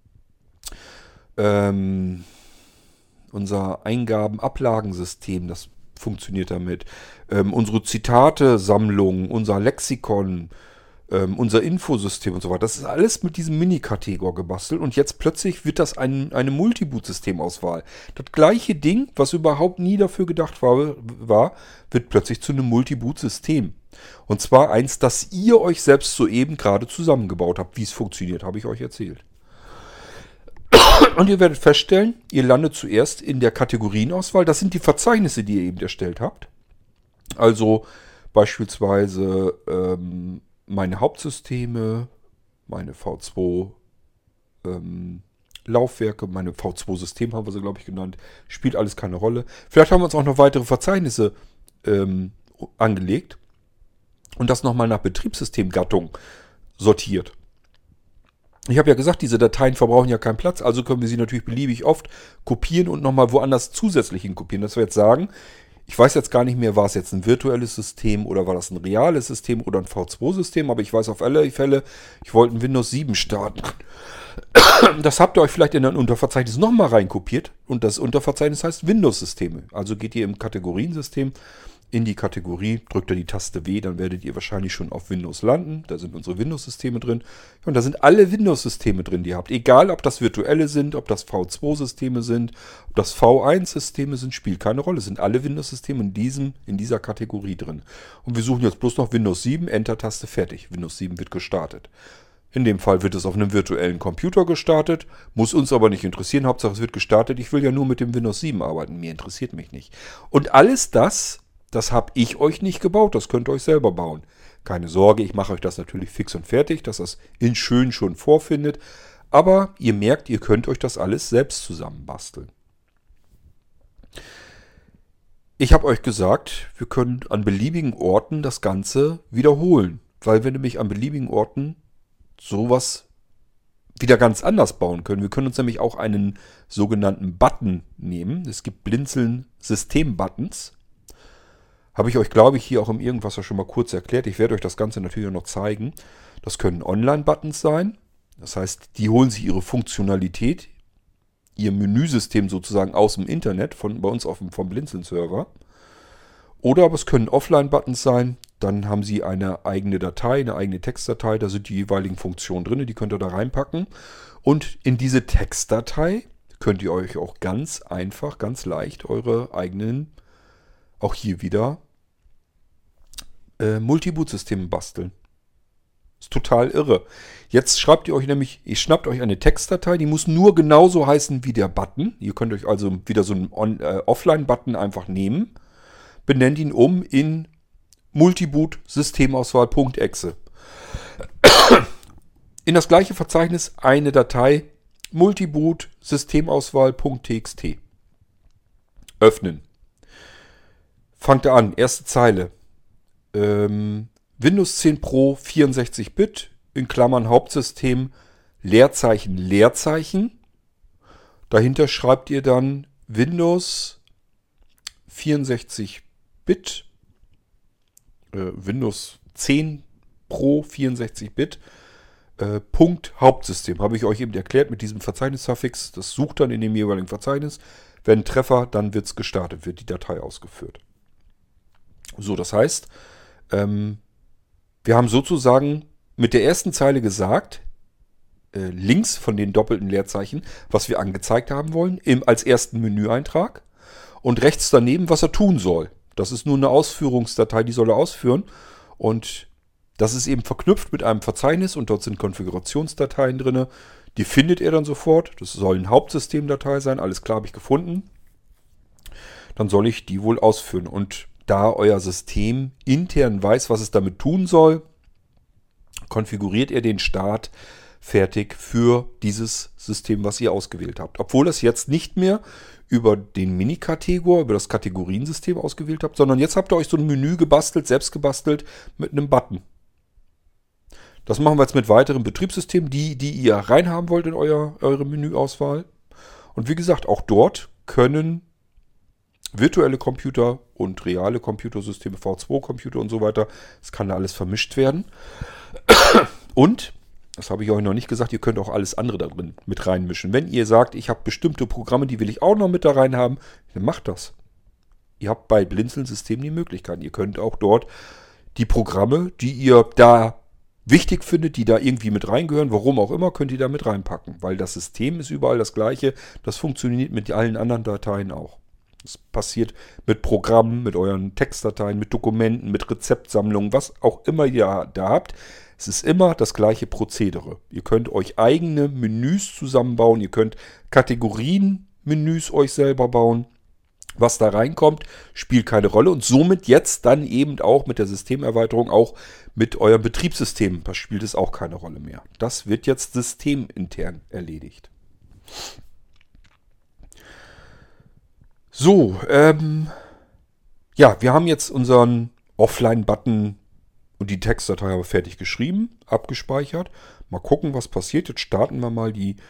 ähm, unser Eingaben-Ablagensystem, das funktioniert damit. Ähm, unsere Zitate-Sammlung, unser Lexikon, ähm, unser Infosystem und so weiter. Das ist alles mit diesem Mini-Kategor gebastelt und jetzt plötzlich wird das ein, eine Multiboot-Systemauswahl. Das gleiche Ding, was überhaupt nie dafür gedacht war, war wird plötzlich zu einem Multiboot-System. Und zwar eins, das ihr euch selbst soeben gerade zusammengebaut habt. Wie es funktioniert, habe ich euch erzählt. Und ihr werdet feststellen, ihr landet zuerst in der Kategorienauswahl. Das sind die Verzeichnisse, die ihr eben erstellt habt. Also beispielsweise ähm, meine Hauptsysteme, meine V zwei ähm, Laufwerke, meine V zwei System haben wir sie, glaube ich, genannt. Spielt alles keine Rolle. Vielleicht haben wir uns auch noch weitere Verzeichnisse ähm, angelegt und das nochmal nach Betriebssystemgattung sortiert. Ich habe ja gesagt, diese Dateien verbrauchen ja keinen Platz, also können wir sie natürlich beliebig oft kopieren und nochmal woanders zusätzlich hinkopieren. Dass wir jetzt sagen, ich weiß jetzt gar nicht mehr, war es jetzt ein virtuelles System oder war das ein reales System oder ein V zwei System, aber ich weiß auf alle Fälle, ich wollte ein Windows sieben starten. Das habt ihr euch vielleicht in ein Unterverzeichnis nochmal reinkopiert und das Unterverzeichnis heißt Windows-Systeme. Also geht ihr im Kategoriensystem in die Kategorie, drückt ihr die Taste W, dann werdet ihr wahrscheinlich schon auf Windows landen. Da sind unsere Windows-Systeme drin. Und da sind alle Windows-Systeme drin, die ihr habt. Egal, ob das virtuelle sind, ob das V zwei Systeme sind, ob das V eins Systeme sind, spielt keine Rolle. Es sind alle Windows-Systeme in, diesem, in dieser Kategorie drin. Und wir suchen jetzt bloß noch Windows sieben, Enter-Taste, fertig. Windows sieben wird gestartet. In dem Fall wird es auf einem virtuellen Computer gestartet, muss uns aber nicht interessieren. Hauptsache es wird gestartet. Ich will ja nur mit dem Windows sieben arbeiten. Mir interessiert mich nicht. Und alles das... Das habe ich euch nicht gebaut, das könnt ihr euch selber bauen. Keine Sorge, ich mache euch das natürlich fix und fertig, dass das in schön schon vorfindet. Aber ihr merkt, ihr könnt euch das alles selbst zusammenbasteln. Ich habe euch gesagt, wir können an beliebigen Orten das Ganze wiederholen. Weil wir nämlich an beliebigen Orten sowas wieder ganz anders bauen können. Wir können uns nämlich auch einen sogenannten Button nehmen. Es gibt Blinzeln System-Buttons. Habe ich euch, glaube ich, hier auch im Irgendwas ja schon mal kurz erklärt. Ich werde euch das Ganze natürlich auch noch zeigen. Das können Online-Buttons sein. Das heißt, die holen sich ihre Funktionalität, ihr Menüsystem sozusagen aus dem Internet, von bei uns auf dem, vom Blinzeln-Server. Oder aber es können Offline-Buttons sein. Dann haben sie eine eigene Datei, eine eigene Textdatei. Da sind die jeweiligen Funktionen drin, die könnt ihr da reinpacken. Und in diese Textdatei könnt ihr euch auch ganz einfach, ganz leicht eure eigenen, auch hier wieder, äh, Multiboot-Systeme basteln. Ist total irre. Jetzt schreibt ihr euch nämlich, ihr schnappt euch eine Textdatei, die muss nur genauso heißen wie der Button. Ihr könnt euch also wieder so einen On- äh, Offline-Button einfach nehmen, benennt ihn um in Multiboot Systemauswahl.exe. In das gleiche Verzeichnis eine Datei Multiboot Systemauswahl.txt. Öffnen. Fangt ihr an, erste Zeile. Ähm, Windows zehn Pro vierundsechzig Bit, in Klammern Hauptsystem, Leerzeichen, Leerzeichen. Dahinter schreibt ihr dann Windows vierundsechzig Bit, äh, Windows zehn Pro vierundsechzig Bit, äh, Punkt Hauptsystem. Habe ich euch eben erklärt mit diesem Verzeichnissuffix. Das sucht dann in dem jeweiligen Verzeichnis. Wenn Treffer, dann wird es gestartet, wird die Datei ausgeführt. So, das heißt, ähm, wir haben sozusagen mit der ersten Zeile gesagt, äh, links von den doppelten Leerzeichen, was wir angezeigt haben wollen, im, als ersten Menüeintrag. Und rechts daneben, was er tun soll. Das ist nur eine Ausführungsdatei, die soll er ausführen. Und das ist eben verknüpft mit einem Verzeichnis und dort sind Konfigurationsdateien drin. Die findet er dann sofort. Das soll eine Hauptsystemdatei sein. Alles klar, habe ich gefunden. Dann soll ich die wohl ausführen. Und da euer System intern weiß, was es damit tun soll, konfiguriert er den Start fertig für dieses System, was ihr ausgewählt habt. Obwohl es jetzt nicht mehr über den Mini-Kategor, über das Kategoriensystem ausgewählt habt, sondern jetzt habt ihr euch so ein Menü gebastelt, selbst gebastelt mit einem Button. Das machen wir jetzt mit weiteren Betriebssystemen, die, die ihr reinhaben wollt in euer, eure Menüauswahl. Und wie gesagt, auch dort können virtuelle Computer und reale Computersysteme, V zwei Computer und so weiter, es kann da alles vermischt werden. Und, das habe ich euch noch nicht gesagt, ihr könnt auch alles andere da drin mit reinmischen. Wenn ihr sagt, ich habe bestimmte Programme, die will ich auch noch mit da rein haben, dann macht das. Ihr habt bei Blinzeln-Systemen die Möglichkeiten. Ihr könnt auch dort die Programme, die ihr da wichtig findet, die da irgendwie mit reingehören, warum auch immer, könnt ihr da mit reinpacken. Weil das System ist überall das gleiche. Das funktioniert mit allen anderen Dateien auch. Das passiert mit Programmen, mit euren Textdateien, mit Dokumenten, mit Rezeptsammlungen, was auch immer ihr da habt. Es ist immer das gleiche Prozedere. Ihr könnt euch eigene Menüs zusammenbauen. Ihr könnt Kategorien-Menüs euch selber bauen. Was da reinkommt, spielt keine Rolle. Und somit jetzt dann eben auch mit der Systemerweiterung, auch mit eurem Betriebssystem, da spielt es auch keine Rolle mehr. Das wird jetzt systemintern erledigt. So, ähm, ja, wir haben jetzt unseren Offline-Button und die Textdatei haben wir fertig geschrieben, abgespeichert. Mal gucken, was passiert. Jetzt starten wir mal die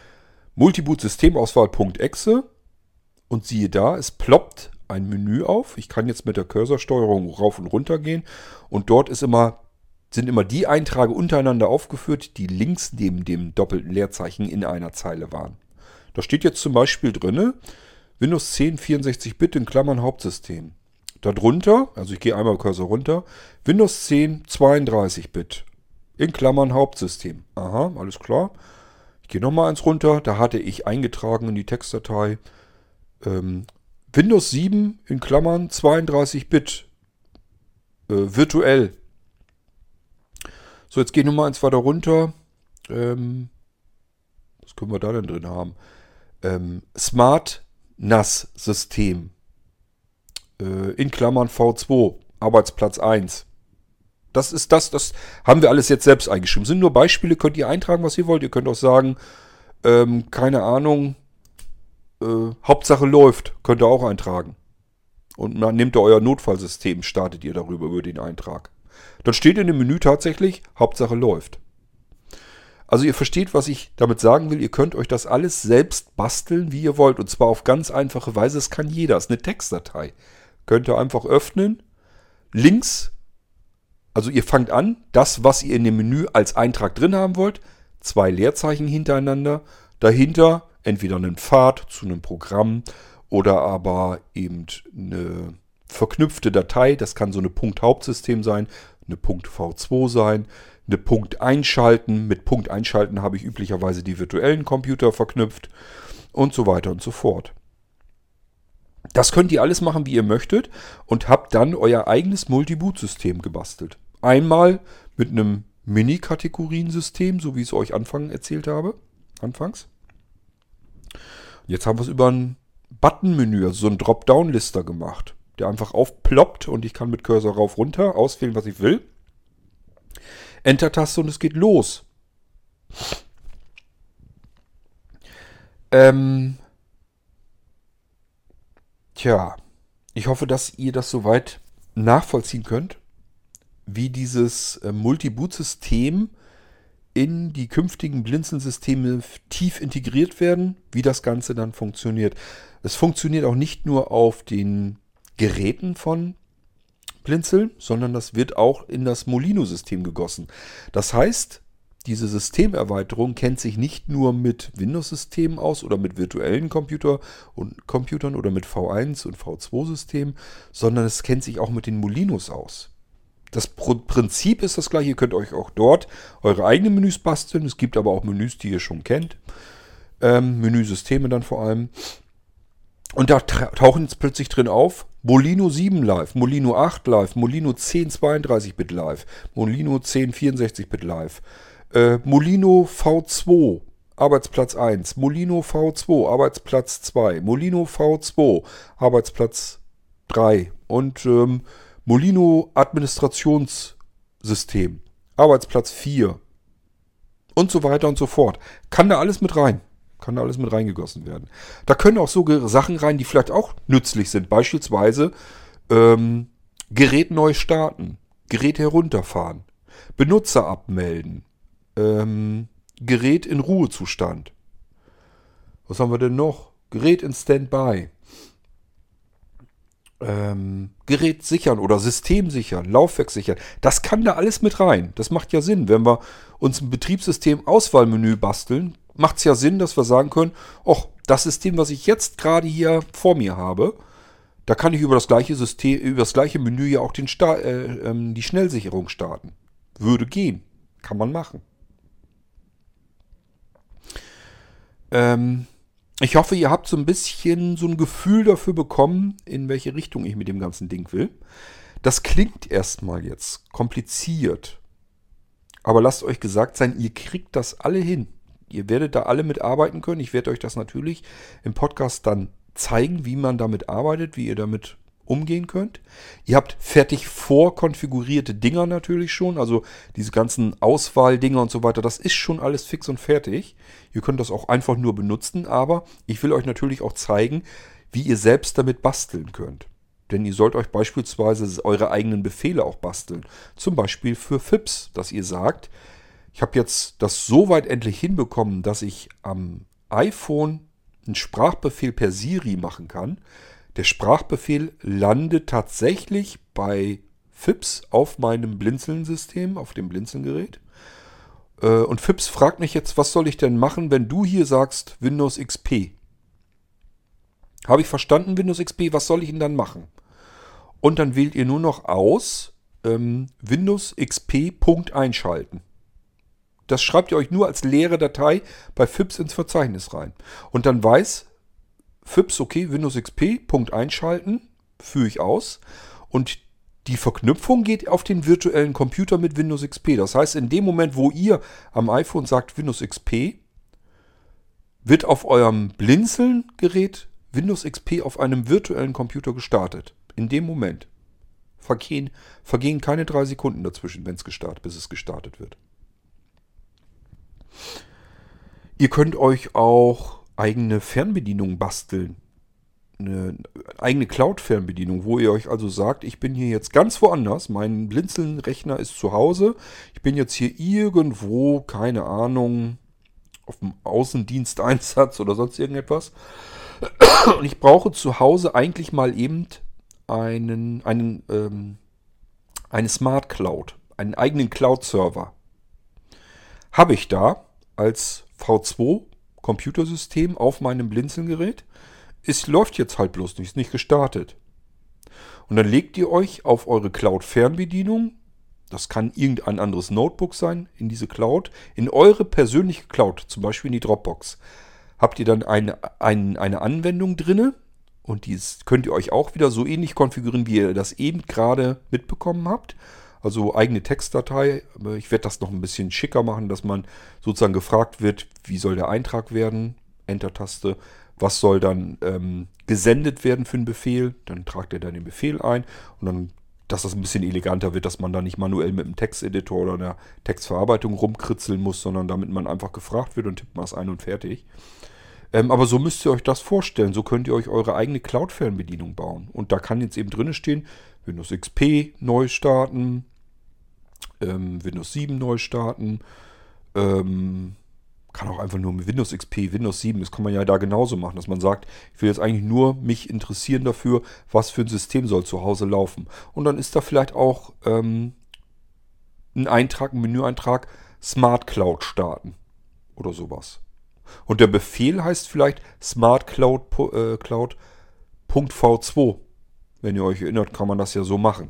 Multiboot-Systemauswahl.exe und siehe da, es ploppt ein Menü auf. Ich kann jetzt mit der Cursorsteuerung rauf und runter gehen und dort ist immer, sind immer die Einträge untereinander aufgeführt, die links neben dem doppelten Leerzeichen in einer Zeile waren. Da steht jetzt zum Beispiel drin, Windows zehn vierundsechzig Bit in Klammern Hauptsystem. Darunter, also ich gehe einmal Cursor runter, Windows zehn zweiunddreißig Bit in Klammern Hauptsystem. Aha, alles klar. Ich gehe nochmal eins runter, da hatte ich eingetragen in die Textdatei ähm, Windows sieben in Klammern zweiunddreißig Bit äh, virtuell. So, jetzt gehe ich nochmal eins weiter runter. Ähm, was können wir da denn drin haben? Ähm, Smart N A S-System. Äh, in Klammern V zwei. Arbeitsplatz eins. Das ist das, das haben wir alles jetzt selbst eingeschrieben. Sind nur Beispiele, könnt ihr eintragen, was ihr wollt. Ihr könnt auch sagen, ähm, keine Ahnung, äh, Hauptsache läuft, könnt ihr auch eintragen. Und dann nehmt ihr euer Notfallsystem, startet ihr darüber, über den Eintrag. Dann steht in dem Menü tatsächlich, Hauptsache läuft. Also ihr versteht, was ich damit sagen will. Ihr könnt euch das alles selbst basteln, wie ihr wollt. Und zwar auf ganz einfache Weise. Das kann jeder. Das ist eine Textdatei. Könnt ihr einfach öffnen. Links, also ihr fangt an, das, was ihr in dem Menü als Eintrag drin haben wollt. Zwei Leerzeichen hintereinander. Dahinter entweder einen Pfad zu einem Programm oder aber eben eine verknüpfte Datei. Das kann so eine Punkt Hauptsystem sein, eine Punkt V zwei sein. Eine Punkt einschalten. Mit Punkt einschalten habe ich üblicherweise die virtuellen Computer verknüpft und so weiter und so fort. Das könnt ihr alles machen, wie ihr möchtet und habt dann euer eigenes Multiboot-System gebastelt. Einmal mit einem Mini-Kategoriensystem, so wie ich es euch anfangs erzählt habe. Anfangs. Jetzt haben wir es über ein Button-Menü, also so ein Dropdown-Lister gemacht, der einfach aufploppt und ich kann mit Cursor rauf runter auswählen, was ich will. Enter-Taste und es geht los. Ähm, tja, ich hoffe, dass ihr das soweit nachvollziehen könnt, wie dieses äh, Multiboot-System in die künftigen Blinzeln-Systeme tief integriert werden, wie das Ganze dann funktioniert. Es funktioniert auch nicht nur auf den Geräten von Blinzeln, sondern das wird auch in das Molino-System gegossen. Das heißt, diese Systemerweiterung kennt sich nicht nur mit Windows-Systemen aus oder mit virtuellen Computer und Computern oder mit V eins und V zwei Systemen, sondern es kennt sich auch mit den Molinos aus. Das Prinzip ist das gleiche. Ihr könnt euch auch dort eure eigenen Menüs basteln. Es gibt aber auch Menüs, die ihr schon kennt. Ähm, Menüsysteme dann vor allem. Und da tauchen jetzt plötzlich drin auf, Molino sieben Live, Molino acht Live, Molino zehn zweiunddreißig Bit Live, Molino zehn vierundsechzig Bit Live, äh, Molino V zwei, Arbeitsplatz eins, Molino V zwei, Arbeitsplatz zwei, Molino V zwei, Arbeitsplatz drei und ähm, Molino Administrationssystem, Arbeitsplatz vier. und so weiter und so fort. Kann da alles mit rein. Kann da alles mit reingegossen werden. Da können auch so Ge- Sachen rein, die vielleicht auch nützlich sind. Beispielsweise ähm, Gerät neu starten, Gerät herunterfahren, Benutzer abmelden, ähm, Gerät in Ruhezustand. Was haben wir denn noch? Gerät in Standby. Ähm, Gerät sichern oder System sichern, Laufwerk sichern. Das kann da alles mit rein. Das macht ja Sinn. Wenn wir uns ein Betriebssystem-Auswahlmenü basteln, macht es ja Sinn, dass wir sagen können, ach, das System, was ich jetzt gerade hier vor mir habe, da kann ich über das gleiche System, über das gleiche Menü ja auch den Sta äh, ähm, die Schnellsicherung starten. Würde gehen. Kann man machen. Ähm, ich hoffe, ihr habt so ein bisschen so ein Gefühl dafür bekommen, in welche Richtung ich mit dem ganzen Ding will. Das klingt erstmal jetzt kompliziert. Aber lasst euch gesagt sein, ihr kriegt das alle hin. Ihr werdet da alle mitarbeiten können. Ich werde euch das natürlich im Podcast dann zeigen, wie man damit arbeitet, wie ihr damit umgehen könnt. Ihr habt fertig vorkonfigurierte Dinger natürlich schon. Also diese ganzen Auswahldinger und so weiter, das ist schon alles fix und fertig. Ihr könnt das auch einfach nur benutzen, aber ich will euch natürlich auch zeigen, wie ihr selbst damit basteln könnt. Denn ihr sollt euch beispielsweise eure eigenen Befehle auch basteln. Zum Beispiel für F I P S, dass ihr sagt, ich habe jetzt das so weit endlich hinbekommen, dass ich am iPhone einen Sprachbefehl per Siri machen kann. Der Sprachbefehl landet tatsächlich bei F I P S auf meinem Blinzeln-System, auf dem Blinzeln-Gerät. Und F I P S fragt mich jetzt, was soll ich denn machen, wenn du hier sagst Windows X P? Habe ich verstanden, Windows X P, was soll ich denn dann machen? Und dann wählt ihr nur noch aus, ähm, Windows X P Punkt einschalten. Das schreibt ihr euch nur als leere Datei bei F I P S ins Verzeichnis rein. Und dann weiß F I P S, okay, Windows X P Punkt einschalten, führe ich aus. Und die Verknüpfung geht auf den virtuellen Computer mit Windows X P. Das heißt, in dem Moment, wo ihr am iPhone sagt Windows X P, wird auf eurem Blinzeln-Gerät Windows X P auf einem virtuellen Computer gestartet. In dem Moment. Vergehen, vergehen keine drei Sekunden dazwischen, wenn es gestartet, bis es gestartet wird. Ihr könnt euch auch eigene Fernbedienungen basteln. Eine eigene Cloud-Fernbedienung, wo ihr euch also sagt, ich bin hier jetzt ganz woanders, mein Blinzeln-Rechner ist zu Hause, ich bin jetzt hier irgendwo, keine Ahnung, auf dem Außendiensteinsatz oder sonst irgendetwas. Und ich brauche zu Hause eigentlich mal eben einen, einen, ähm, eine Smart Cloud, einen eigenen Cloud-Server. Habe ich da als V zwei Computersystem auf meinem Blinzeln-Gerät. Es läuft jetzt halt bloß nicht, ist nicht gestartet. Und dann legt ihr euch auf eure Cloud-Fernbedienung, das kann irgendein anderes Notebook sein, in diese Cloud, in eure persönliche Cloud, zum Beispiel in die Dropbox. Habt ihr dann eine, ein, eine Anwendung drinne und die könnt ihr euch auch wieder so ähnlich konfigurieren, wie ihr das eben gerade mitbekommen habt. Also eigene Textdatei. Ich werde das noch ein bisschen schicker machen, dass man sozusagen gefragt wird, wie soll der Eintrag werden? Enter-Taste. Was soll dann ähm, gesendet werden für einen Befehl? Dann tragt ihr dann den Befehl ein und dann, dass das ein bisschen eleganter wird, dass man da nicht manuell mit einem Texteditor oder einer Textverarbeitung rumkritzeln muss, sondern damit man einfach gefragt wird und tippt man es ein und fertig. Ähm, aber so müsst ihr euch das vorstellen. So könnt ihr euch eure eigene Cloud-Fernbedienung bauen. Und da kann jetzt eben drin stehen, Windows X P neu starten, ähm, Windows sieben neu starten, ähm, kann auch einfach nur mit Windows X P, Windows sieben, das kann man ja da genauso machen, dass man sagt, ich will jetzt eigentlich nur mich interessieren dafür, was für ein System soll zu Hause laufen. Und dann ist da vielleicht auch ähm, ein Eintrag, ein Menüeintrag, Smart Cloud starten oder sowas. Und der Befehl heißt vielleicht Smart Cloud, äh, Cloud .v zwei. Wenn ihr euch erinnert, kann man das ja so machen.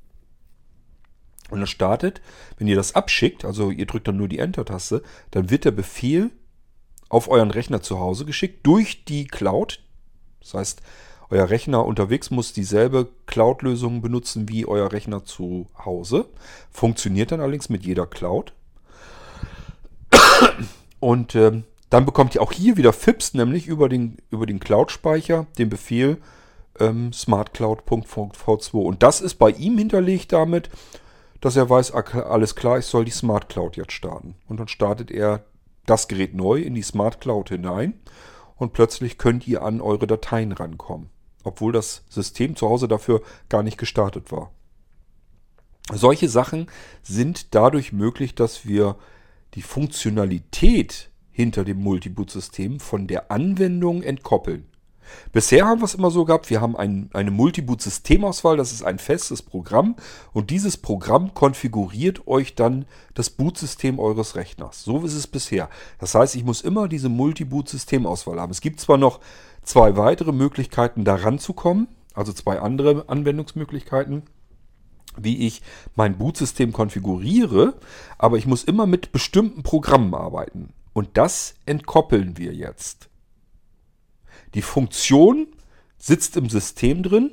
Und das startet, wenn ihr das abschickt, also ihr drückt dann nur die Enter-Taste, dann wird der Befehl auf euren Rechner zu Hause geschickt durch die Cloud. Das heißt, euer Rechner unterwegs muss dieselbe Cloud-Lösung benutzen wie euer Rechner zu Hause. Funktioniert dann allerdings mit jeder Cloud. Und ähm, dann bekommt ihr auch hier wieder F I P S, nämlich über den, über den Cloud-Speicher, den Befehl ähm, smartcloud.v zwei. Und das ist bei ihm hinterlegt damit, dass er weiß, alles klar, ich soll die Smart Cloud jetzt starten. Und dann startet er das Gerät neu in die Smart Cloud hinein und plötzlich könnt ihr an eure Dateien rankommen, obwohl das System zu Hause dafür gar nicht gestartet war. Solche Sachen sind dadurch möglich, dass wir die Funktionalität hinter dem Multiboot-System von der Anwendung entkoppeln. Bisher haben wir es immer so gehabt, wir haben ein, eine Multiboot-Systemauswahl, das ist ein festes Programm und dieses Programm konfiguriert euch dann das Bootsystem eures Rechners. So ist es bisher. Das heißt, ich muss immer diese Multiboot-Systemauswahl haben. Es gibt zwar noch zwei weitere Möglichkeiten, da ranzukommen, also zwei andere Anwendungsmöglichkeiten, wie ich mein Bootsystem konfiguriere, aber ich muss immer mit bestimmten Programmen arbeiten. Und das entkoppeln wir jetzt. Die Funktion sitzt im System drin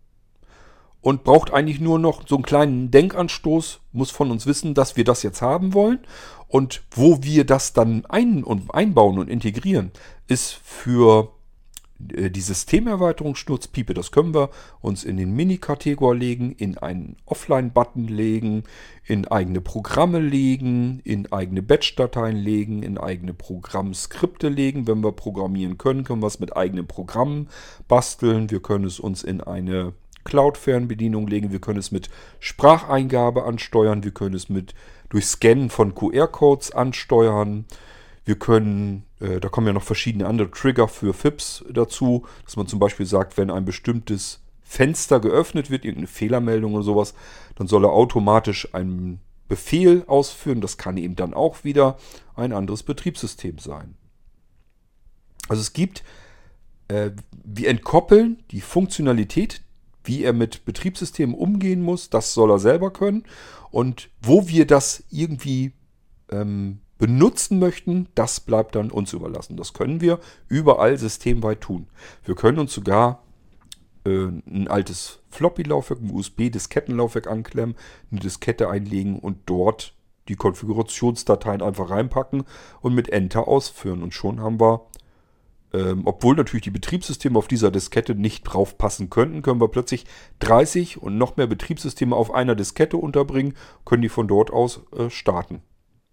und braucht eigentlich nur noch so einen kleinen Denkanstoß, muss von uns wissen, dass wir das jetzt haben wollen. Und wo wir das dann ein- und einbauen und integrieren, ist für die Systemerweiterung Schnurzpiepe. Das können wir uns in den Mini-Kategor legen, in einen Offline-Button legen, in eigene Programme legen, in eigene Batch-Dateien legen, in eigene Programmskripte legen. Wenn wir programmieren können, können wir es mit eigenen Programmen basteln. Wir können es uns in eine Cloud-Fernbedienung legen. Wir können es mit Spracheingabe ansteuern. Wir können es mit durch Scannen von Q R-Codes ansteuern. Wir können, äh, da kommen ja noch verschiedene andere Trigger für F I Ps dazu, dass man zum Beispiel sagt, wenn ein bestimmtes Fenster geöffnet wird, irgendeine Fehlermeldung oder sowas, dann soll er automatisch einen Befehl ausführen. Das kann eben dann auch wieder ein anderes Betriebssystem sein. Also es gibt, äh, wir entkoppeln die Funktionalität, wie er mit Betriebssystemen umgehen muss, das soll er selber können. Und wo wir das irgendwie ähm, benutzen möchten, das bleibt dann uns überlassen. Das können wir überall systemweit tun. Wir können uns sogar äh, ein altes Floppy-Laufwerk, ein U S B-Diskettenlaufwerk anklemmen, eine Diskette einlegen und dort die Konfigurationsdateien einfach reinpacken und mit Enter ausführen. Und schon haben wir, ähm, obwohl natürlich die Betriebssysteme auf dieser Diskette nicht drauf passen könnten, können wir plötzlich dreißig und noch mehr Betriebssysteme auf einer Diskette unterbringen, können die von dort aus äh, starten.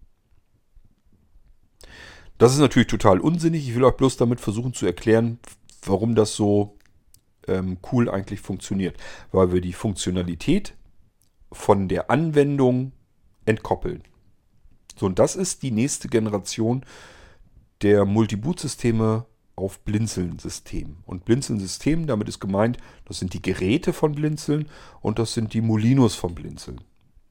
Das ist natürlich total unsinnig. Ich will euch bloß damit versuchen zu erklären, warum das so ähm, cool eigentlich funktioniert. Weil wir die Funktionalität von der Anwendung entkoppeln. So, und das ist die nächste Generation der Multiboot-Systeme auf Blinzeln-Systemen. Und Blinzeln-Systemen, damit ist gemeint, das sind die Geräte von Blinzeln und das sind die Molinos von Blinzeln.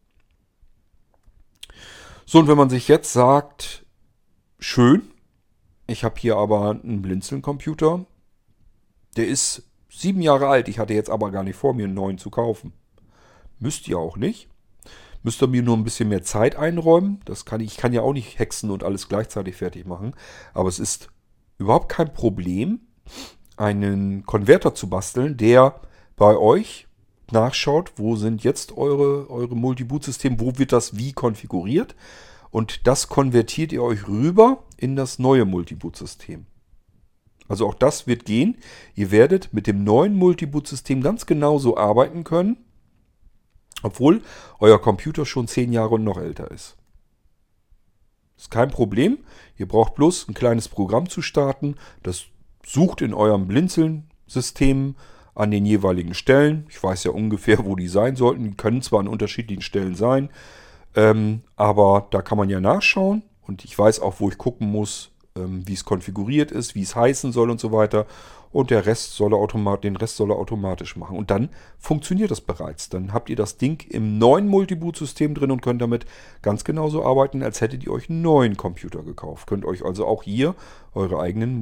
So, und wenn man sich jetzt sagt, schön, ich habe hier aber einen Blinzeln-Computer, der ist sieben Jahre alt, ich hatte jetzt aber gar nicht vor, mir einen neuen zu kaufen. Müsst ihr auch nicht. Müsst ihr mir nur ein bisschen mehr Zeit einräumen. Das kann ich, ich kann ja auch nicht hexen und alles gleichzeitig fertig machen. Aber es ist überhaupt kein Problem, einen Konverter zu basteln, der bei euch nachschaut, wo sind jetzt eure, eure Multiboot-Systeme, wo wird das wie konfiguriert. Und das konvertiert ihr euch rüber in das neue Multiboot-System. Also auch das wird gehen. Ihr werdet mit dem neuen Multiboot-System ganz genauso arbeiten können, obwohl euer Computer schon zehn Jahre und noch älter ist. Ist kein Problem. Ihr braucht bloß ein kleines Programm zu starten. Das sucht in eurem Blinzeln-System an den jeweiligen Stellen. Ich weiß ja ungefähr, wo die sein sollten. Die können zwar an unterschiedlichen Stellen sein, ähm, aber da kann man ja nachschauen. Und ich weiß auch, wo ich gucken muss, ähm, wie es konfiguriert ist, wie es heißen soll und so weiter. Und der Rest soll er automat- den Rest soll er automatisch machen. Und dann funktioniert das bereits. Dann habt ihr das Ding im neuen Multiboot-System drin und könnt damit ganz genauso arbeiten, als hättet ihr euch einen neuen Computer gekauft. Könnt euch also auch hier eure eigenen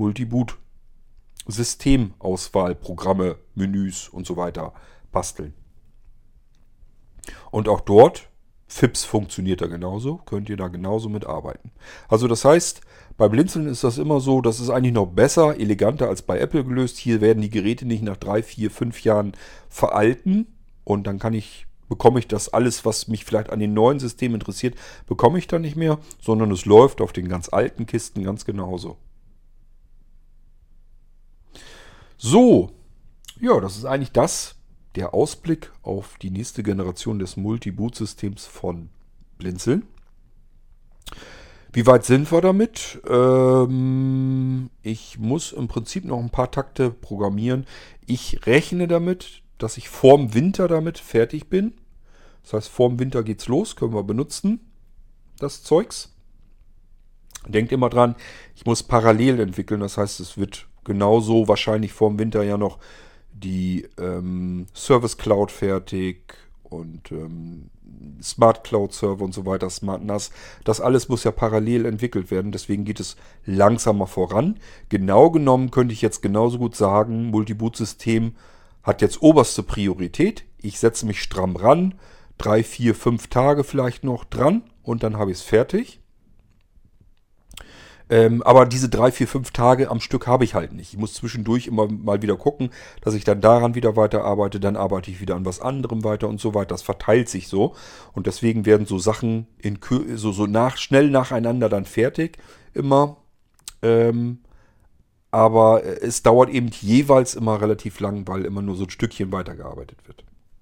Multiboot-Systemauswahlprogramme, Menüs und so weiter basteln. Und auch dort, F I Ps funktioniert da genauso, könnt ihr da genauso mit arbeiten. Also das heißt, bei Blinzeln ist das immer so, das ist eigentlich noch besser, eleganter als bei Apple gelöst. Hier werden die Geräte nicht nach drei, vier, fünf Jahren veralten und dann kann ich, bekomme ich das alles, was mich vielleicht an den neuen Systemen interessiert, bekomme ich dann nicht mehr, sondern es läuft auf den ganz alten Kisten ganz genauso. So, ja, das ist eigentlich das, der Ausblick auf die nächste Generation des Multi-Boot-Systems von Blinzeln. Wie weit sind wir damit? Ähm, ich muss im Prinzip noch ein paar Takte programmieren. Ich rechne damit, dass ich vorm Winter damit fertig bin. Das heißt, vorm Winter geht's los, können wir benutzen, das Zeugs. Denkt immer dran, ich muss parallel entwickeln. Das heißt, es wird genauso wahrscheinlich vorm Winter ja noch die ähm, Service Cloud fertig und ähm, Smart Cloud Server und so weiter, Smart N A S. Das alles muss ja parallel entwickelt werden. Deswegen geht es langsamer voran. Genau genommen könnte ich jetzt genauso gut sagen, Multi-Boot-System hat jetzt oberste Priorität. Ich setze mich stramm ran. Drei, vier, fünf Tage vielleicht noch dran und dann habe ich es fertig. Ähm, aber diese drei, vier, fünf Tage am Stück habe ich halt nicht. Ich muss zwischendurch immer mal wieder gucken, dass ich dann daran wieder weiterarbeite. Dann arbeite ich wieder an was anderem weiter und so weiter. Das verteilt sich so. Und deswegen werden so Sachen in Kür- so, so nach, schnell nacheinander dann fertig. Immer. Ähm, aber es dauert eben jeweils immer relativ lang, weil immer nur so ein Stückchen weitergearbeitet wird.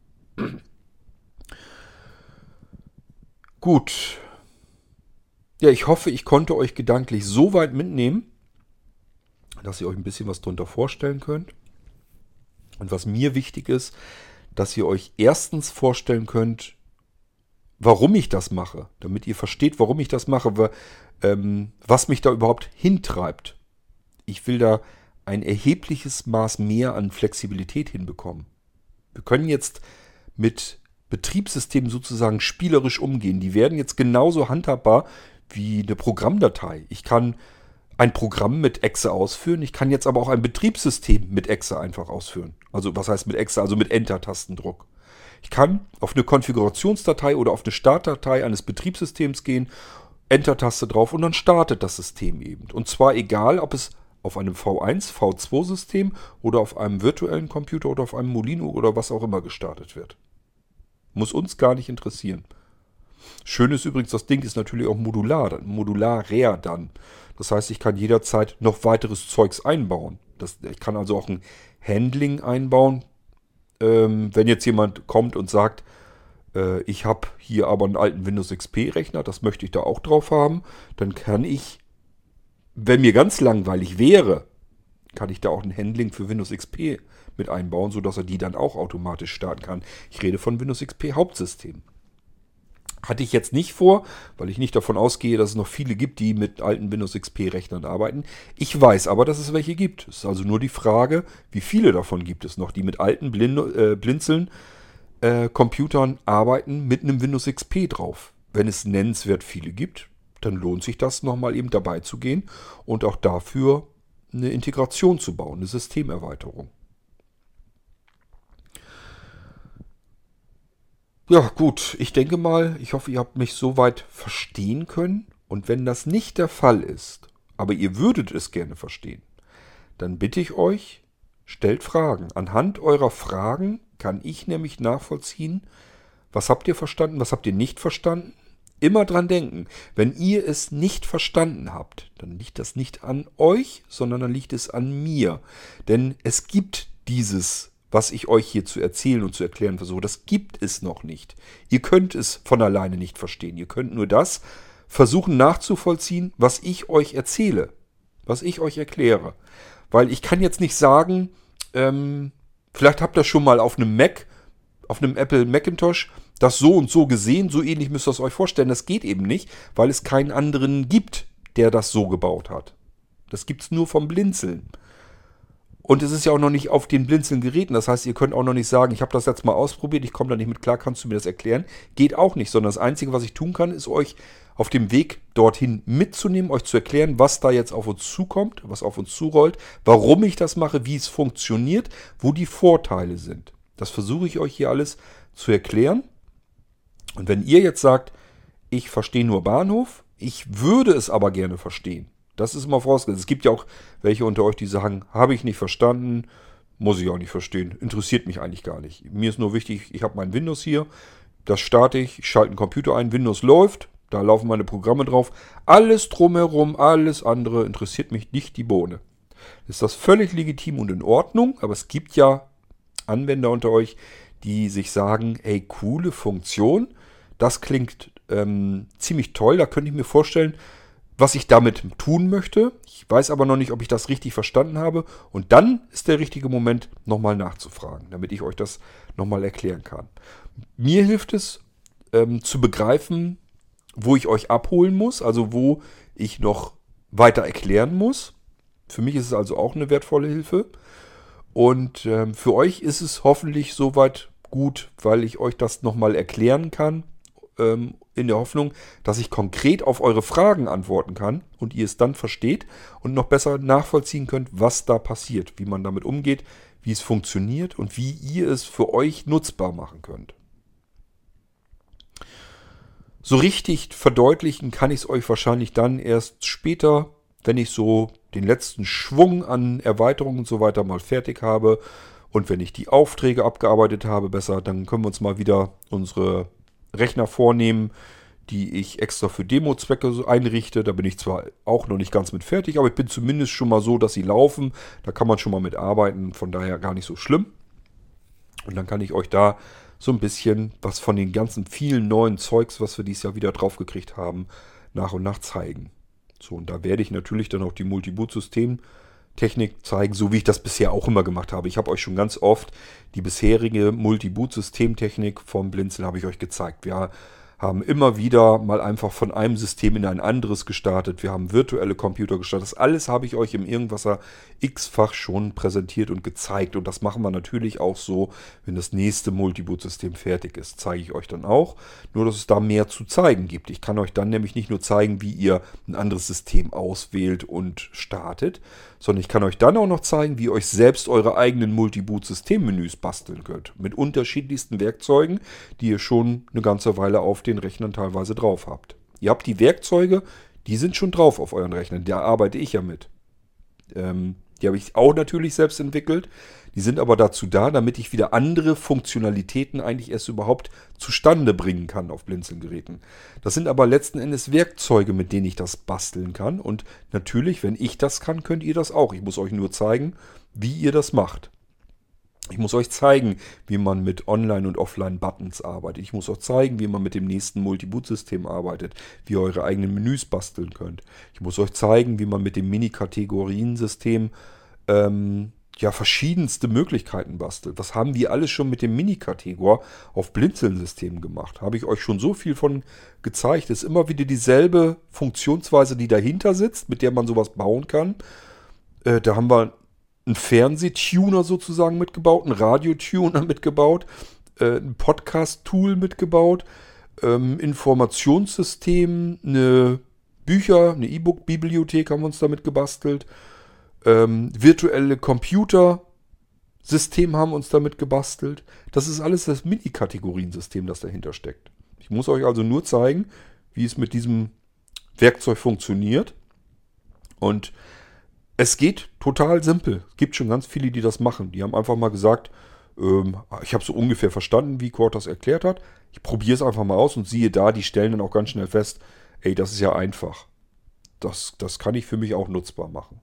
Gut. Ja, ich hoffe, ich konnte euch gedanklich so weit mitnehmen, dass ihr euch ein bisschen was drunter vorstellen könnt. Und was mir wichtig ist, dass ihr euch erstens vorstellen könnt, warum ich das mache. Damit ihr versteht, warum ich das mache, was mich da überhaupt hintreibt. Ich will da ein erhebliches Maß mehr an Flexibilität hinbekommen. Wir können jetzt mit Betriebssystemen sozusagen spielerisch umgehen. Die werden jetzt genauso handhabbar wie eine Programmdatei. Ich kann ein Programm mit Exe ausführen. Ich kann jetzt aber auch ein Betriebssystem mit Exe einfach ausführen. Also was heißt mit Exe? Also mit Enter-Tastendruck. Ich kann auf eine Konfigurationsdatei oder auf eine Startdatei eines Betriebssystems gehen, Enter-Taste drauf und dann startet das System eben. Und zwar egal, ob es auf einem V eins, V zwei System oder auf einem virtuellen Computer oder auf einem Molino oder was auch immer gestartet wird. Muss uns gar nicht interessieren. Schön ist übrigens, das Ding ist natürlich auch modular, modularer dann. Das heißt, ich kann jederzeit noch weiteres Zeugs einbauen. Das, ich kann also auch ein Handling einbauen. Ähm, wenn jetzt jemand kommt und sagt, äh, ich habe hier aber einen alten Windows X P-Rechner, das möchte ich da auch drauf haben, dann kann ich, wenn mir ganz langweilig wäre, kann ich da auch ein Handling für Windows X P mit einbauen, sodass er die dann auch automatisch starten kann. Ich rede von Windows X P Hauptsystem. Hatte ich jetzt nicht vor, weil ich nicht davon ausgehe, dass es noch viele gibt, die mit alten Windows X P-Rechnern arbeiten. Ich weiß aber, dass es welche gibt. Es ist also nur die Frage, wie viele davon gibt es noch, die mit alten Blind äh, Blinzeln äh, Computern arbeiten mit einem Windows X P drauf. Wenn es nennenswert viele gibt, dann lohnt sich das nochmal eben dabei zu gehen und auch dafür eine Integration zu bauen, eine Systemerweiterung. Ja, gut, ich denke mal, ich hoffe, ihr habt mich soweit verstehen können. Und wenn das nicht der Fall ist, aber ihr würdet es gerne verstehen, dann bitte ich euch, stellt Fragen. Anhand eurer Fragen kann ich nämlich nachvollziehen, was habt ihr verstanden, was habt ihr nicht verstanden. Immer dran denken, wenn ihr es nicht verstanden habt, dann liegt das nicht an euch, sondern dann liegt es an mir. Denn es gibt dieses, was ich euch hier zu erzählen und zu erklären versuche, das gibt es noch nicht. Ihr könnt es von alleine nicht verstehen. Ihr könnt nur das versuchen nachzuvollziehen, was ich euch erzähle, was ich euch erkläre. Weil ich kann jetzt nicht sagen, ähm, vielleicht habt ihr schon mal auf einem Mac, auf einem Apple Macintosh das so und so gesehen, so ähnlich müsst ihr es euch vorstellen. Das geht eben nicht, weil es keinen anderen gibt, der das so gebaut hat. Das gibt es nur vom Blinzeln. Und es ist ja auch noch nicht auf den Blinzeln-Geräten. Das heißt, ihr könnt auch noch nicht sagen, ich habe das jetzt mal ausprobiert, ich komme da nicht mit klar, kannst du mir das erklären? Geht auch nicht, sondern das Einzige, was ich tun kann, ist euch auf dem Weg dorthin mitzunehmen, euch zu erklären, was da jetzt auf uns zukommt, was auf uns zurollt, warum ich das mache, wie es funktioniert, wo die Vorteile sind. Das versuche ich euch hier alles zu erklären. Und wenn ihr jetzt sagt, ich verstehe nur Bahnhof, ich würde es aber gerne verstehen. Das ist immer vorausgesetzt. Es gibt ja auch welche unter euch, die sagen, habe ich nicht verstanden, muss ich auch nicht verstehen, interessiert mich eigentlich gar nicht. Mir ist nur wichtig, ich habe mein Windows hier, das starte ich, ich schalte einen Computer ein, Windows läuft, da laufen meine Programme drauf. Alles drumherum, alles andere interessiert mich nicht die Bohne. Ist das völlig legitim und in Ordnung, aber es gibt ja Anwender unter euch, die sich sagen, ey, coole Funktion, das klingt ähm, ziemlich toll, da könnte ich mir vorstellen, was ich damit tun möchte. Ich weiß aber noch nicht, ob ich das richtig verstanden habe. Und dann ist der richtige Moment, nochmal nachzufragen, damit ich euch das nochmal erklären kann. Mir hilft es ähm, zu begreifen, wo ich euch abholen muss, also wo ich noch weiter erklären muss. Für mich ist es also auch eine wertvolle Hilfe. Und ähm, für euch ist es hoffentlich soweit gut, weil ich euch das nochmal erklären kann, ähm, in der Hoffnung, dass ich konkret auf eure Fragen antworten kann und ihr es dann versteht und noch besser nachvollziehen könnt, was da passiert, wie man damit umgeht, wie es funktioniert und wie ihr es für euch nutzbar machen könnt. So richtig verdeutlichen kann ich es euch wahrscheinlich dann erst später, wenn ich so den letzten Schwung an Erweiterungen und so weiter mal fertig habe und wenn ich die Aufträge abgearbeitet habe besser, dann können wir uns mal wieder unsere Rechner vornehmen, die ich extra für Demo-Zwecke so einrichte. Da bin ich zwar auch noch nicht ganz mit fertig, aber ich bin zumindest schon mal so, dass sie laufen. Da kann man schon mal mit arbeiten, von daher gar nicht so schlimm. Und dann kann ich euch da so ein bisschen was von den ganzen vielen neuen Zeugs, was wir dieses Jahr wieder draufgekriegt haben, nach und nach zeigen. So, und da werde ich natürlich dann auch die Multiboot-System-Technik zeigen, so wie ich das bisher auch immer gemacht habe. Ich habe euch schon ganz oft die bisherige Multiboot-Systemtechnik vom Blinzeln habe ich euch gezeigt. Wir haben immer wieder mal einfach von einem System in ein anderes gestartet. Wir haben virtuelle Computer gestartet. Das alles habe ich euch im Irgendwasser x-fach schon präsentiert und gezeigt. Und das machen wir natürlich auch so, wenn das nächste Multiboot-System fertig ist. Zeige ich euch dann auch. Nur, dass es da mehr zu zeigen gibt. Ich kann euch dann nämlich nicht nur zeigen, wie ihr ein anderes System auswählt und startet, sondern ich kann euch dann auch noch zeigen, wie ihr euch selbst eure eigenen Multiboot-Systemmenüs basteln könnt. Mit unterschiedlichsten Werkzeugen, die ihr schon eine ganze Weile auf den Rechnern teilweise drauf habt. Ihr habt die Werkzeuge, die sind schon drauf auf euren Rechnern. Da arbeite ich ja mit. Ähm, die habe ich auch natürlich selbst entwickelt. Die sind aber dazu da, damit ich wieder andere Funktionalitäten eigentlich erst überhaupt zustande bringen kann auf Blinzeln-Geräten. Das sind aber letzten Endes Werkzeuge, mit denen ich das basteln kann. Und natürlich, wenn ich das kann, könnt ihr das auch. Ich muss euch nur zeigen, wie ihr das macht. Ich muss euch zeigen, wie man mit Online- und Offline-Buttons arbeitet. Ich muss euch zeigen, wie man mit dem nächsten Multiboot-System arbeitet, wie ihr eure eigenen Menüs basteln könnt. Ich muss euch zeigen, wie man mit dem Mini-Kategorien-System ähm, ja, verschiedenste Möglichkeiten bastelt. Was haben wir alles schon mit dem Mini-Kategor auf Blinzeln-Systemen gemacht? Habe ich euch schon so viel von gezeigt. Es ist immer wieder dieselbe Funktionsweise, die dahinter sitzt, mit der man sowas bauen kann. Äh, da haben wir einen Fernsehtuner sozusagen mitgebaut, einen Radiotuner mitgebaut, äh, ein Podcast-Tool mitgebaut, ähm, Informationssystem, eine Bücher, eine E-Book-Bibliothek haben wir uns damit gebastelt, ähm, virtuelle Computersystem haben wir uns damit gebastelt. Das ist alles das Mini-Kategoriensystem, das dahinter steckt. Ich muss euch also nur zeigen, wie es mit diesem Werkzeug funktioniert. Und es geht total simpel. Es gibt schon ganz viele, die das machen. Die haben einfach mal gesagt, ähm, ich habe so ungefähr verstanden, wie Kurt das erklärt hat. Ich probiere es einfach mal aus und siehe da, die stellen dann auch ganz schnell fest, ey, das ist ja einfach. Das, das kann ich für mich auch nutzbar machen.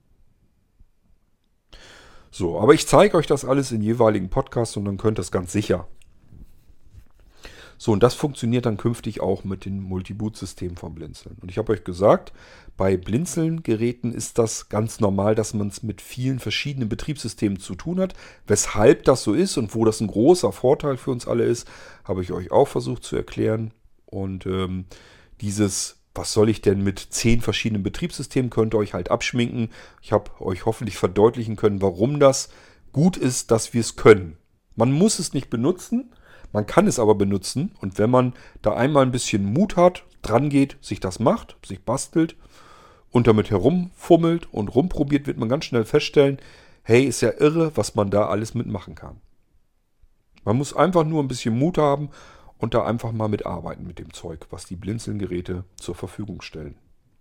So, aber ich zeige euch das alles in jeweiligen Podcasts und dann könnt ihr es ganz sicher. So, und das funktioniert dann künftig auch mit dem Multiboot-System von Blinzeln. Und ich habe euch gesagt, bei Blinzeln-Geräten ist das ganz normal, dass man es mit vielen verschiedenen Betriebssystemen zu tun hat. Weshalb das so ist und wo das ein großer Vorteil für uns alle ist, habe ich euch auch versucht zu erklären. Und ähm, dieses, was soll ich denn mit zehn verschiedenen Betriebssystemen, könnt ihr euch halt abschminken. Ich habe euch hoffentlich verdeutlichen können, warum das gut ist, dass wir es können. Man muss es nicht benutzen. Man kann es aber benutzen und wenn man da einmal ein bisschen Mut hat, dran geht, sich das macht, sich bastelt und damit herumfummelt und rumprobiert, wird man ganz schnell feststellen, hey, ist ja irre, was man da alles mitmachen kann. Man muss einfach nur ein bisschen Mut haben und da einfach mal mitarbeiten mit dem Zeug, was die Blinzeln-Geräte zur Verfügung stellen.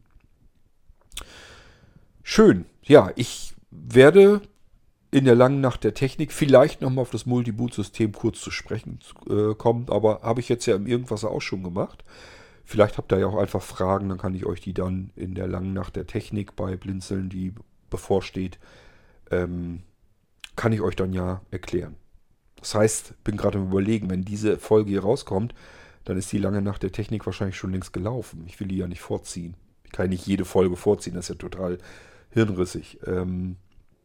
Schön. Ja, ich werde in der langen Nacht der Technik vielleicht nochmal auf das Multiboot-System kurz zu sprechen äh, kommen, aber habe ich jetzt ja im Irgendwas auch schon gemacht. Vielleicht habt ihr ja auch einfach Fragen, dann kann ich euch die dann in der langen Nacht der Technik bei Blinzeln, die bevorsteht, ähm, kann ich euch dann ja erklären. Das heißt, bin gerade am Überlegen, wenn diese Folge hier rauskommt, dann ist die lange Nacht der Technik wahrscheinlich schon längst gelaufen. Ich will die ja nicht vorziehen. Ich kann nicht jede Folge vorziehen, das ist ja total hirnrissig. Ähm,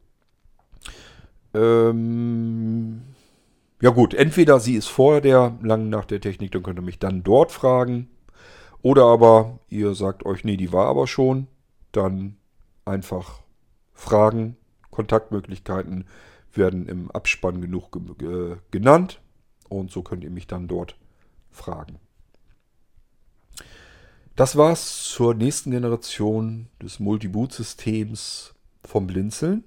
ähm, ja gut, entweder sie ist vor der langen Nacht der Technik, dann könnt ihr mich dann dort fragen. Oder aber ihr sagt euch, nee, die war aber schon. Dann einfach fragen. Kontaktmöglichkeiten werden im Abspann genug ge- ge- genannt. Und so könnt ihr mich dann dort fragen. Das war's zur nächsten Generation des Multi-Boot-Systems vom Blinzeln.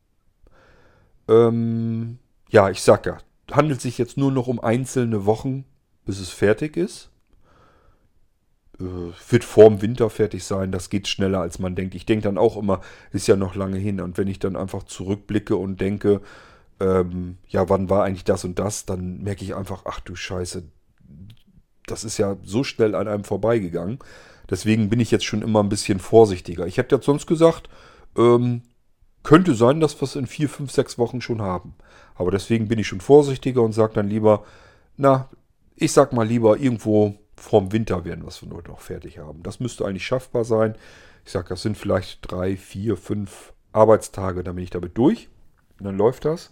Ähm, ja, ich sag ja, handelt sich jetzt nur noch um einzelne Wochen, bis es fertig ist. Äh, wird vorm Winter fertig sein, das geht schneller als man denkt. Ich denke dann auch immer, ist ja noch lange hin. Und wenn ich dann einfach zurückblicke und denke, ähm, ja, wann war eigentlich das und das, dann merke ich einfach, ach du Scheiße, das ist ja so schnell an einem vorbeigegangen. Deswegen bin ich jetzt schon immer ein bisschen vorsichtiger. Ich hätte jetzt sonst gesagt, ähm, könnte sein, dass wir es in vier, fünf, sechs Wochen schon haben. Aber deswegen bin ich schon vorsichtiger und sage dann lieber, na, ich sag mal lieber irgendwo vorm Winter werden wir es nur noch fertig haben. Das müsste eigentlich schaffbar sein. Ich sage, das sind vielleicht drei, vier, fünf Arbeitstage, dann bin ich damit durch. Und dann läuft das.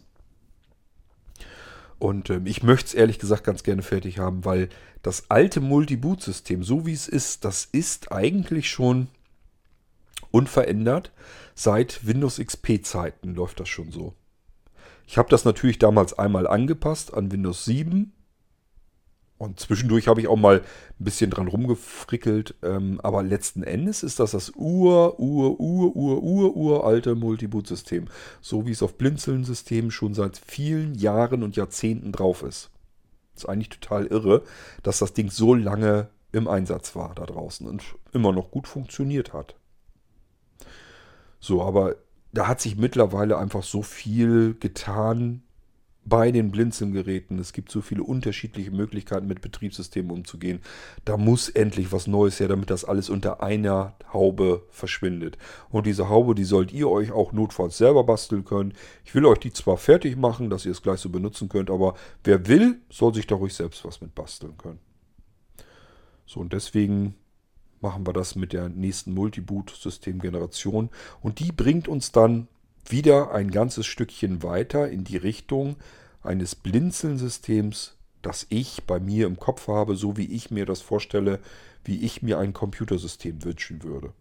Und ähm, ich möchte es ehrlich gesagt ganz gerne fertig haben, weil das alte Multi-Boot-System, so wie es ist, das ist eigentlich schon unverändert. Seit Windows X P-Zeiten läuft das schon so. Ich habe das natürlich damals einmal angepasst an Windows sieben. Und zwischendurch habe ich auch mal ein bisschen dran rumgefrickelt. Ähm, aber letzten Endes ist das das ur, ur, ur, ur, ur, uralte Multi-Boot-System. So wie es auf Blinzeln-Systemen schon seit vielen Jahren und Jahrzehnten drauf ist. Das ist eigentlich total irre, dass das Ding so lange im Einsatz war da draußen und immer noch gut funktioniert hat. So, aber da hat sich mittlerweile einfach so viel getan bei den Blinzeln-Geräten. Es gibt so viele unterschiedliche Möglichkeiten, mit Betriebssystemen umzugehen. Da muss endlich was Neues her, damit das alles unter einer Haube verschwindet. Und diese Haube, die sollt ihr euch auch notfalls selber basteln können. Ich will euch die zwar fertig machen, dass ihr es gleich so benutzen könnt, aber wer will, soll sich da ruhig selbst was mit basteln können. So, und deswegen machen wir das mit der nächsten Multi-Boot-System-Generation. Und die bringt uns dann wieder ein ganzes Stückchen weiter in die Richtung eines Blinzeln-Systems, das ich bei mir im Kopf habe, so wie ich mir das vorstelle, wie ich mir ein Computersystem wünschen würde.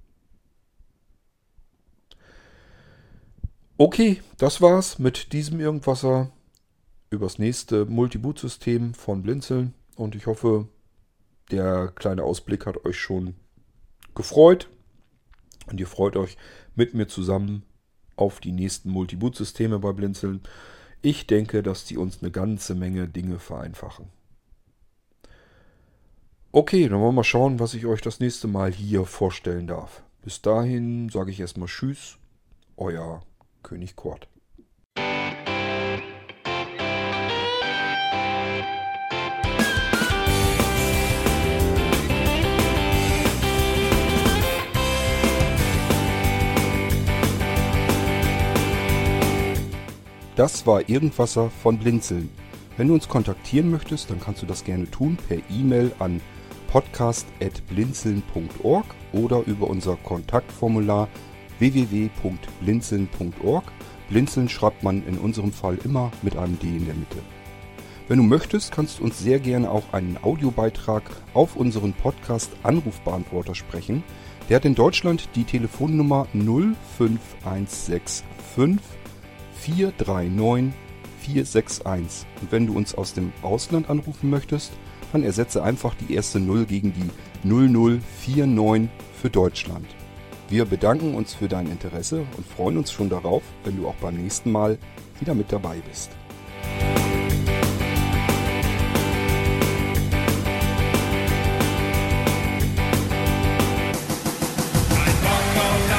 Okay, das war's mit diesem Irgendwasser übers nächste Multi-Boot-System von Blinzeln. Und ich hoffe, der kleine Ausblick hat euch schon gefreut. Und ihr freut euch mit mir zusammen auf die nächsten Multi-Boot-Systeme bei Blinzeln. Ich denke, dass die uns eine ganze Menge Dinge vereinfachen. Okay, dann wollen wir mal schauen, was ich euch das nächste Mal hier vorstellen darf. Bis dahin sage ich erstmal Tschüss, euer König Kurt. Das war Irgendwasser von Blinzeln. Wenn du uns kontaktieren möchtest, dann kannst du das gerne tun per E-Mail an podcast at blinzeln punkt org oder über unser Kontaktformular w w w punkt blinzeln punkt org. Blinzeln schreibt man in unserem Fall immer mit einem D in der Mitte. Wenn du möchtest, kannst du uns sehr gerne auch einen Audiobeitrag auf unseren Podcast-Anrufbeantworter sprechen. Der hat in Deutschland die Telefonnummer null fünf eins sechs fünf vier drei neun vier sechs eins. Und wenn du uns aus dem Ausland anrufen möchtest, dann ersetze einfach die erste null gegen die null null vier neun für Deutschland. Wir bedanken uns für dein Interesse und freuen uns schon darauf, wenn du auch beim nächsten Mal wieder mit dabei bist. Ein Bock auf